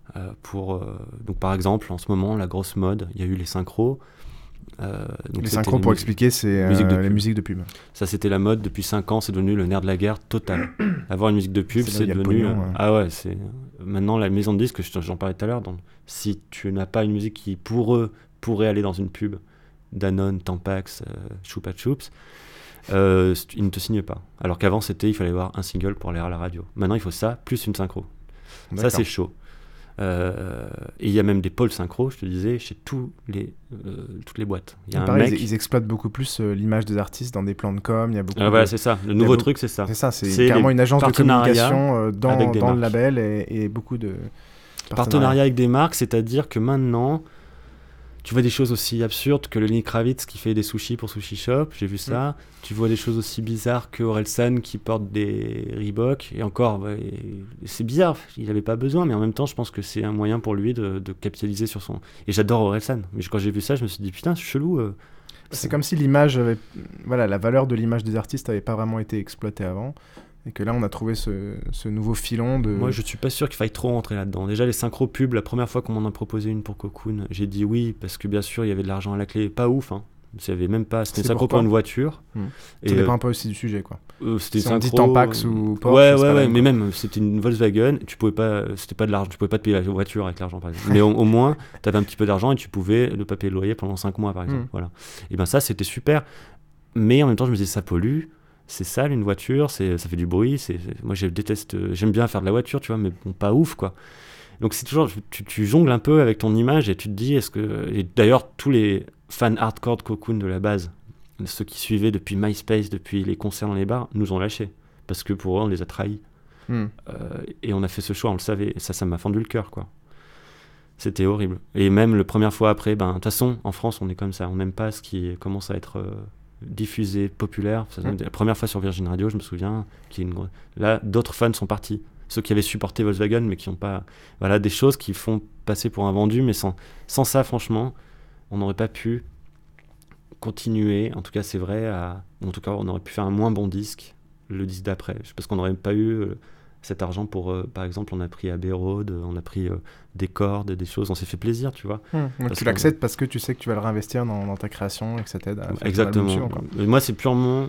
Donc par exemple en ce moment la grosse mode, il y a eu les synchros. Les synchros pour expliquer, c'est les musiques de pub. Ça c'était la mode depuis 5 ans, c'est devenu le nerf de la guerre total. Avoir une musique de pub, c'est devenu c'est maintenant la maison de disques, j'en parlais tout à l'heure, donc si tu n'as pas une musique qui pour eux pourrait aller dans une pub Danone, Tampax, Choupa Choups, ils ne te signent pas. Alors qu'avant il fallait avoir un single pour aller à la radio. Maintenant il faut ça plus une synchro. D'accord. Ça c'est chaud. Et il y a même des pôles synchro, je te disais, chez toutes les boîtes. Il y a pareil, ils exploitent beaucoup plus l'image des artistes dans des plans de com. Il y a beaucoup. Voilà, c'est ça. Le nouveau truc, c'est ça. C'est ça. C'est carrément une agence de communication dans le label et beaucoup de partenariats avec des marques. C'est-à-dire que maintenant, tu vois des choses aussi absurdes que le Lenny Kravitz qui fait des sushis pour Sushi Shop. J'ai vu ça. Tu vois des choses aussi bizarres que Orelsan qui porte des Reebok. Et encore, c'est bizarre. Il n'avait pas besoin, mais en même temps, je pense que c'est un moyen pour lui de capitaliser sur son. Et j'adore Orelsan. Mais quand j'ai vu ça, je me suis dit putain, c'est chelou. C'est comme si l'image la valeur de l'image des artistes n'avait pas vraiment été exploitée avant. Et que là, on a trouvé ce nouveau filon de... Moi, je suis pas sûr qu'il faille trop rentrer là-dedans. Déjà, les synchro pubs, la première fois qu'on m'en a proposé une pour Cocoon, j'ai dit oui, parce que bien sûr, il y avait de l'argent à la clé. Pas ouf, hein. C'était une synchro pour une voiture. Ça dépend un peu aussi du sujet, quoi. C'était si on dit Tampax ou Porsche, ouais, mais même, c'était une Volkswagen, tu pouvais pas te payer la voiture avec l'argent, par exemple. Mais au moins, tu avais un petit peu d'argent et tu pouvais ne pas payer le loyer pendant 5 mois, par exemple. Voilà. Et ben ça, c'était super. Mais en même temps, je me disais, ça pollue. C'est sale une voiture, ça fait du bruit. Moi j'aime bien faire de la voiture, tu vois, mais bon, pas ouf quoi. Donc c'est toujours, tu jongles un peu avec ton image et tu te dis, et d'ailleurs tous les fans hardcore de Cocoon de la base, ceux qui suivaient depuis MySpace, depuis les concerts dans les bars, nous ont lâchés parce que pour eux on les a trahis. Et on a fait ce choix, on le savait, et ça m'a fendu le cœur quoi. C'était horrible. Et même la première fois après, de toute façon en France on est comme ça, on n'aime pas ce qui commence à être diffusé, populaire. La première fois sur Virgin Radio, je me souviens, là, d'autres fans sont partis. Ceux qui avaient supporté Volkswagen, mais qui n'ont pas... Voilà, des choses qui font passer pour un vendu, mais sans ça, franchement, on n'aurait pas pu continuer. En tout cas, c'est vrai. En tout cas, on aurait pu faire un moins bon disque, le disque d'après. Parce qu'on n'aurait pas eu cet argent pour... par exemple, on a pris Abbey Road, on a pris des cordes, des choses. On s'est fait plaisir, tu vois. Donc tu l'acceptes parce que tu sais que tu vas le réinvestir dans ta création et que ça t'aide à faire exactement. Album suivant, quoi. Moi, c'est purement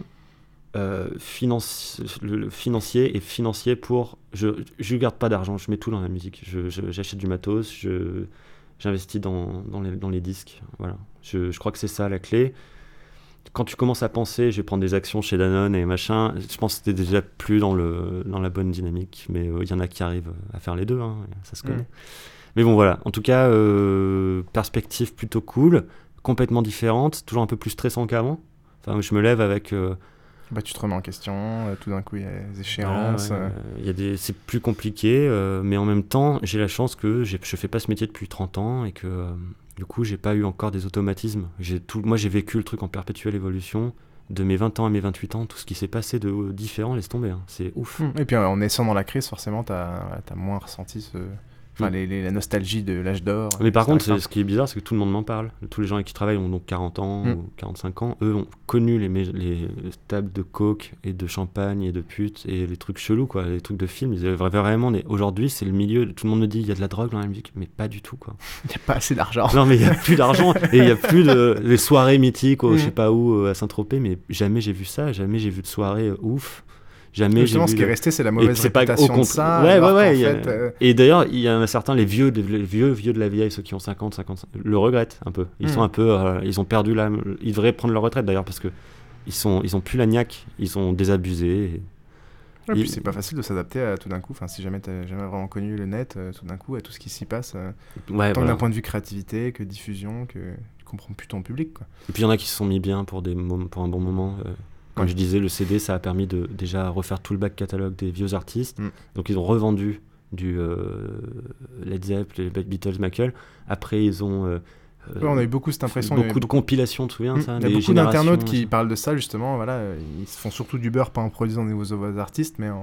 financier pour... Je garde pas d'argent, je mets tout dans la musique. J'achète du matos, j'investis dans les disques. Voilà. Je crois que c'est ça la clé. Quand tu commences à penser, je vais prendre des actions chez Danone et machin, je pense que t'es déjà plus dans la bonne dynamique. Mais il y en a qui arrivent à faire les deux, hein, ça se connaît. Mais bon, voilà. En tout cas, perspective plutôt cool, complètement différente, toujours un peu plus stressant qu'avant. Enfin, je me lève avec... tu te remets en question, tout d'un coup, il y a des échéances. C'est plus compliqué, mais en même temps, j'ai la chance que je fais pas ce métier depuis 30 ans et que... Du coup, j'ai pas eu encore des automatismes. Moi, j'ai vécu le truc en perpétuelle évolution. De mes 20 ans à mes 28 ans, tout ce qui s'est passé de différent, laisse tomber. Hein. C'est ouf. Et puis, en naissant dans la crise, forcément, t'as moins ressenti la nostalgie de l'âge d'or. Mais par contre, ce qui est bizarre, c'est que tout le monde m'en parle. Tous les gens avec qui travaillent ont donc 40 ans ou 45 ans. Eux ont connu les tables de coke et de champagne et de putes et les trucs chelous, quoi, les trucs de films. Ils avaient vraiment aujourd'hui, c'est le milieu. Tout le monde me dit il y a de la drogue dans la musique, mais pas du tout, quoi. Il n'y a pas assez d'argent. Non, mais il n'y a plus d'argent et il n'y a plus les soirées mythiques, je sais pas où, à Saint-Tropez, mais jamais j'ai vu ça, jamais j'ai vu de soirée ouf. Jamais justement, ce qui est resté, c'est la mauvaise réputation de ça. Ouais. Et d'ailleurs, il y en a certains, les vieux de la vieille, ceux qui ont 50, 55, le regrettent un peu. Ils sont un peu, ils ont perdu ils devraient prendre leur retraite d'ailleurs parce que ils ont plus la niaque, ils sont désabusés. Ouais, puis c'est pas facile de s'adapter à tout d'un coup, si jamais t'as jamais vraiment connu le net, tout d'un coup à tout ce qui s'y passe, tant d'un point de vue créativité que diffusion, que tu comprends plus ton public, quoi. Et puis il y en a qui se sont mis bien pour un bon moment. Comme je disais, le CD, ça a permis de déjà refaire tout le back catalogue des vieux artistes. Donc ils ont revendu du Led Zeppelin, les Beatles, Michael. Après ils ont on a eu beaucoup cette impression. Beaucoup de compilations, tu te souviens ça? Il y a beaucoup d'internautes qui parlent de ça, justement. Voilà, ils se font surtout du beurre, pas en produisant des nouveaux artistes, mais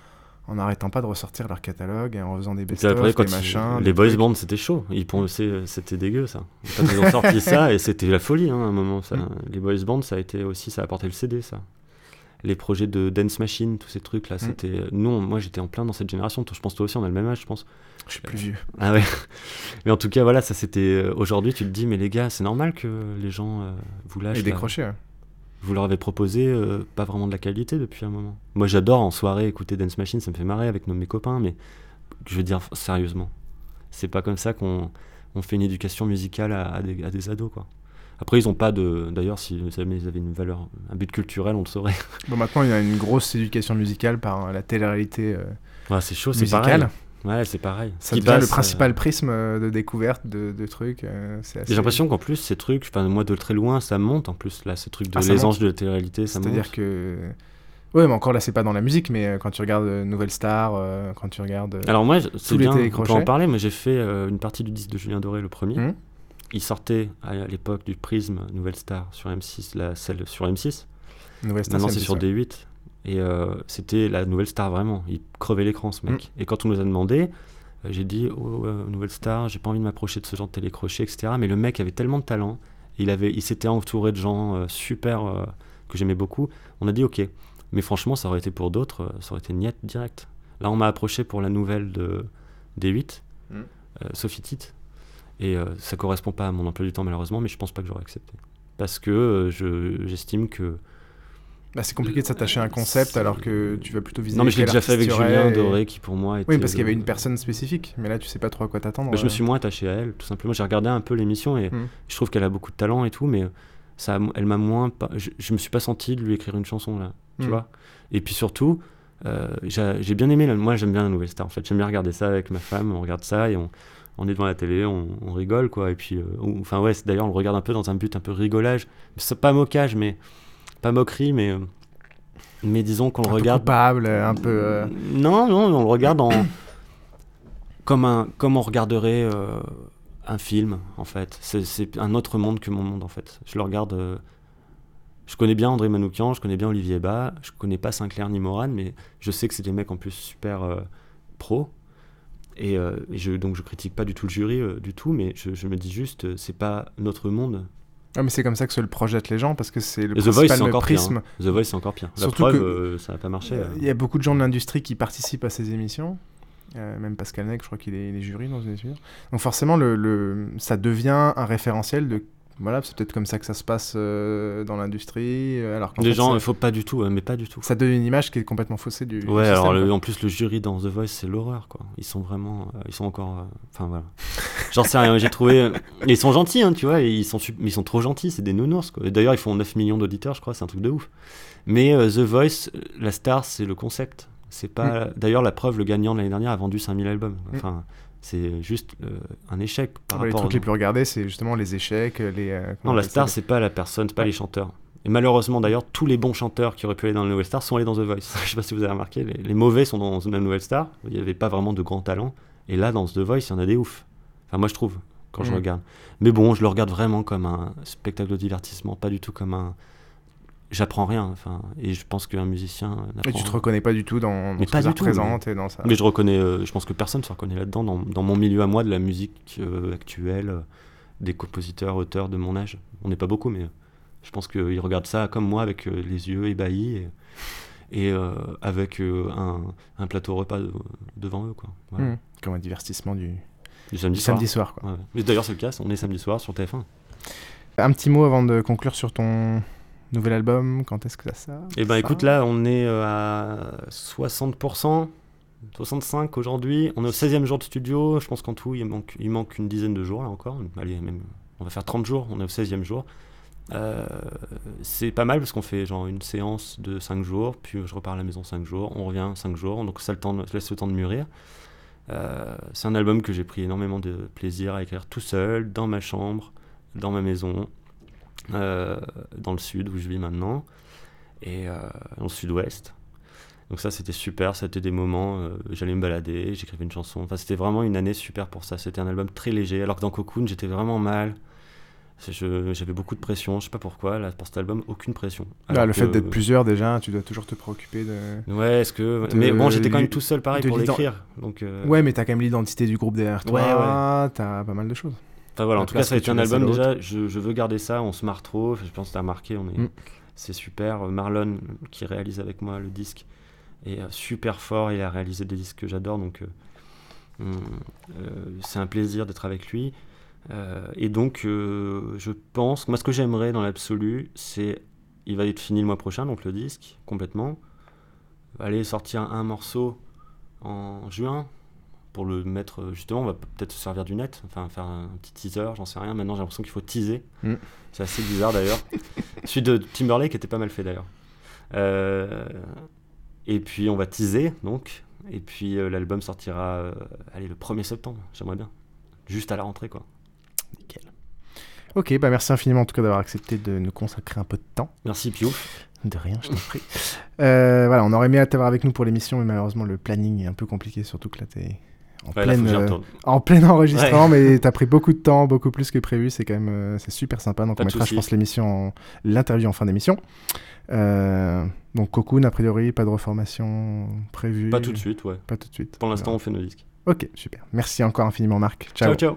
en n'arrêtant pas de ressortir leur catalogue et en faisant des best-of, des machins. Les boys bands, c'était chaud. C'était dégueu, ça. Quand ils ont sorti ça, et c'était la folie, à un moment. Ça. Les boys bands, ça a apporté le CD, ça. Les projets de Dance Machine, tous ces trucs-là, c'était... Moi, j'étais en plein dans cette génération. Je pense toi aussi, on a le même âge, je pense. Je suis plus vieux. Ah ouais. Mais en tout cas, voilà, ça c'était... Aujourd'hui, tu te dis, mais les gars, c'est normal que les gens vous lâchent. Et décrocher, ouais. Vous leur avez proposé pas vraiment de la qualité depuis un moment. Moi, j'adore en soirée écouter Dance Machine, ça me fait marrer avec mes copains, mais je veux dire, sérieusement, c'est pas comme ça qu'on fait une éducation musicale à des ados, quoi. Après, ils n'ont pas de... D'ailleurs, si ils avaient une valeur, un but culturel, on le saurait. Bon, maintenant, il y a une grosse éducation musicale par la télé-réalité c'est chaud, musicale. C'est pareil. Ouais, c'est pareil. Ça devient le principal prisme de découverte de trucs. J'ai l'impression qu'en plus, ces trucs, moi, de très loin, ça monte en plus, là, ces trucs de les anges de la télé-réalité, ça monte. C'est-à-dire que... Ouais, mais encore là, c'est pas dans la musique, mais quand tu regardes Nouvelle Star, quand tu regardes... Alors moi, c'est bien, on peut en parler, mais j'ai fait une partie du disque de Julien Doré, le premier. Il sortait à l'époque du Prisme Nouvelle Star sur M6, celle sur M6. Nouvelle Star, maintenant c'est sur D8. Et c'était la Nouvelle Star vraiment. Il crevait l'écran ce mec. Et quand on nous a demandé, j'ai dit Nouvelle Star, j'ai pas envie de m'approcher de ce genre de télécrochet, etc. Mais le mec avait tellement de talent. Il s'était entouré de gens super que j'aimais beaucoup. On a dit ok. Mais franchement, ça aurait été pour d'autres, ça aurait été niet direct. Là, on m'a approché pour la nouvelle de D8, Sophie Tite. Et ça correspond pas à mon emploi du temps malheureusement, mais je pense pas que j'aurais accepté. Parce que j'estime que... c'est compliqué de s'attacher à un concept alors que tu vas plutôt viser... Non mais je l'ai déjà fait avec Julien Doré qui pour moi était... Oui, parce qu'il y avait une personne spécifique, mais là tu sais pas trop à quoi t'attendre. Je me suis moins attaché à elle, tout simplement. J'ai regardé un peu l'émission et je trouve qu'elle a beaucoup de talent et tout, mais elle m'a moins... Je me suis pas senti de lui écrire une chanson là, tu vois. Et puis surtout, j'ai bien aimé... Moi j'aime bien la Nouvelle Star en fait, j'aime bien regarder ça avec ma femme, on regarde ça et on est devant la télé, on rigole quoi, et puis d'ailleurs on le regarde un peu dans un but un peu rigolage, c'est pas moquage, mais pas moquerie, mais disons qu'on le regarde coupable, un peu non, on le regarde comme on regarderait un film en fait. C'est un autre monde que mon monde en fait. Je le regarde, je connais bien André Manoukian, je connais bien Olivier Bas, je connais pas Sinclair ni Morane, mais je sais que c'est des mecs en plus super pros. Et donc je critique pas du tout le jury du tout, mais je me dis juste c'est pas notre monde. Ah mais c'est comme ça que se le projettent les gens parce que c'est le The Voice, c'est encore prisme. Pire, hein. The Voice c'est encore pire. Surtout la preuve ça n'a pas marché. Il y a beaucoup de gens de l'industrie qui participent à ces émissions. Même Pascal Nègre, je crois qu'il est jury dans une émission. Donc forcément ça devient un référentiel de... Voilà, c'est peut-être comme ça que ça se passe dans l'industrie. Alors les gens, il faut pas du tout, mais pas du tout. Ça donne une image qui est complètement faussée du ouais, système, alors en plus le jury dans The Voice, c'est l'horreur, quoi. Ils sont vraiment, ils sont encore, enfin voilà. J'en sais rien, j'ai trouvé, ils sont gentils, hein, tu vois, et ils sont trop gentils, c'est des nounours, quoi. Et d'ailleurs, ils font 9 millions d'auditeurs, je crois, c'est un truc de ouf. Mais The Voice, la star, c'est le concept. C'est pas. D'ailleurs, la preuve, le gagnant de l'année dernière a vendu 5000 albums. Enfin. C'est juste un échec par rapport... Les trucs les plus regardés, c'est justement les échecs, non, la star, c'est pas la personne, c'est pas les chanteurs. Et malheureusement, d'ailleurs, tous les bons chanteurs qui auraient pu aller dans la Nouvelle Star sont allés dans The Voice. Je sais pas si vous avez remarqué, les mauvais sont dans la Nouvelle Star. Il y avait pas vraiment de grands talents. Et là, dans The Voice, il y en a des oufs. Enfin, moi, je trouve, quand je regarde. Mais bon, je le regarde vraiment comme un spectacle de divertissement, pas du tout comme un... J'apprends rien, enfin, et je pense qu'un musicien n'apprend mais tu te reconnais pas du tout dans ce que ça représente et dans ça. Mais je reconnais, je pense que personne se reconnaît là-dedans, dans mon milieu à moi de la musique actuelle, des compositeurs, auteurs de mon âge. On n'est pas beaucoup, mais je pense qu'ils regardent ça comme moi, avec les yeux ébahis et avec un plateau repas devant eux, quoi. Voilà. Comme un divertissement du samedi soir quoi. Ouais. Mais d'ailleurs, c'est le cas, on est samedi soir sur TF1. Un petit mot avant de conclure sur ton nouvel album, quand est-ce que ça sort ? Eh ben écoute, là on est à 60%, 65% aujourd'hui, on est au 16e jour de studio, je pense qu'en tout il manque une dizaine de jours là encore, allez, même, on va faire 30 jours, on est au 16e jour, C'est pas mal parce qu'on fait genre une séance de 5 jours, puis je repars à la maison 5 jours, on revient 5 jours, donc ça laisse le temps de mûrir. C'est un album que j'ai pris énormément de plaisir à écrire tout seul, dans ma chambre, dans ma maison, dans le sud où je vis maintenant, et dans le sud-ouest. Donc ça c'était super, c'était des moments, j'allais me balader, j'écrivais une chanson, enfin c'était vraiment une année super pour ça, c'était un album très léger, alors que dans Cocoon j'étais vraiment mal. J'avais beaucoup de pression, je sais pas pourquoi, là pour cet album, aucune pression. Le fait d'être plusieurs déjà, tu dois toujours te préoccuper de... Ouais, mais bon, j'étais quand même tout seul pareil pour l'écrire. Donc, Ouais, mais t'as quand même l'identité du groupe derrière toi, ouais. T'as pas mal de choses. Enfin voilà, en tout cas ça a été un album déjà, je veux garder ça, on se marre trop, je pense que t'as remarqué, c'est super. Marlon qui réalise avec moi le disque est super fort, il a réalisé des disques que j'adore, donc c'est un plaisir d'être avec lui. Et donc je pense, moi ce que j'aimerais dans l'absolu, c'est, il va être fini le mois prochain, donc le disque complètement, aller sortir un morceau en juin pour le mettre, justement on va peut-être se servir du net, enfin faire un petit teaser, j'en sais rien, maintenant j'ai l'impression qu'il faut teaser, c'est assez bizarre d'ailleurs. Celui de Timberlake était pas mal fait d'ailleurs, et puis on va teaser donc, et puis l'album sortira le 1er septembre, j'aimerais bien, juste à la rentrée quoi. Nickel. Ok, bah merci infiniment en tout cas d'avoir accepté de nous consacrer un peu de temps. Merci Piouf. De rien, je t'en prie. Voilà, on aurait aimé t'avoir avec nous pour l'émission, mais malheureusement le planning est un peu compliqué, surtout que là t'es en plein enregistrement, mais t'as pris beaucoup de temps, beaucoup plus que prévu, c'est quand même c'est super sympa, donc on mettra je pense l'interview en fin d'émission. Donc Cocoon, a priori, pas de reformation prévue. Pas tout de suite, ouais. Pas tout de suite. Pour l'instant, on fait nos disques. Ok, super. Merci encore infiniment Marc. Ciao. Ciao.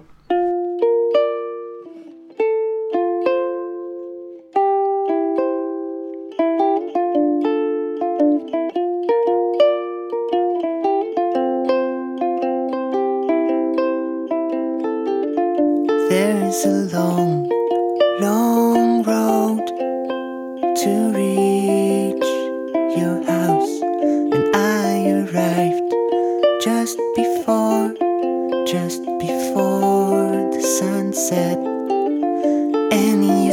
There's a long, long road to reach your house, and I arrived just before the sunset. And you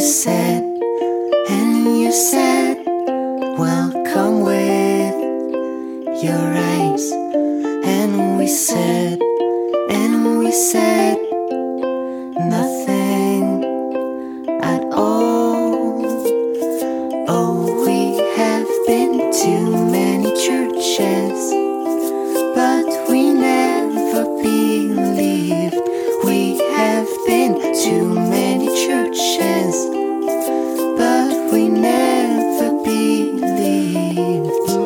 said, welcome with your eyes. And we said, nothing at all. Oh, we have been to many churches, but we never believed. We have been to many churches, but we never believed.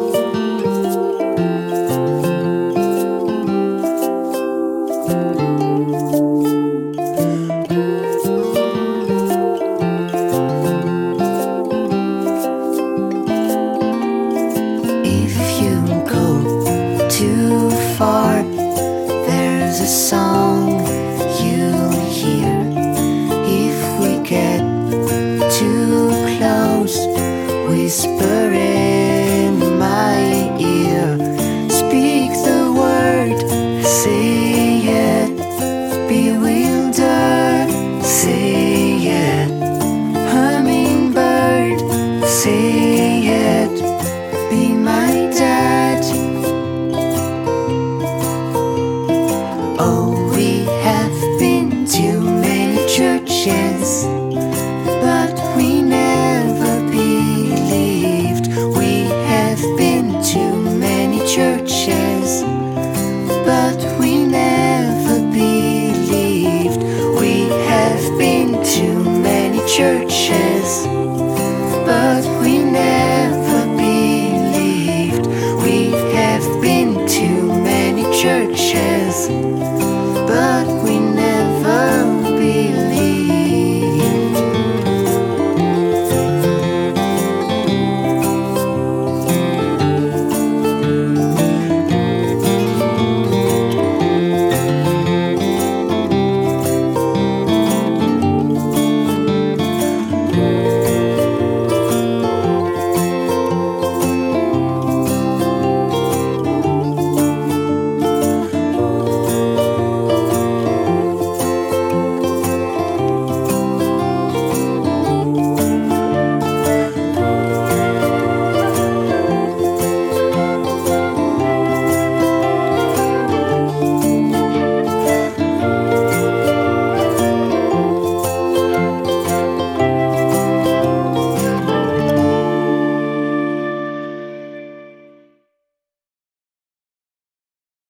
Song you'll hear if we get too close. Whisper in my ear, speak the word, say it. Bewildered, say it. Hummingbird, say it.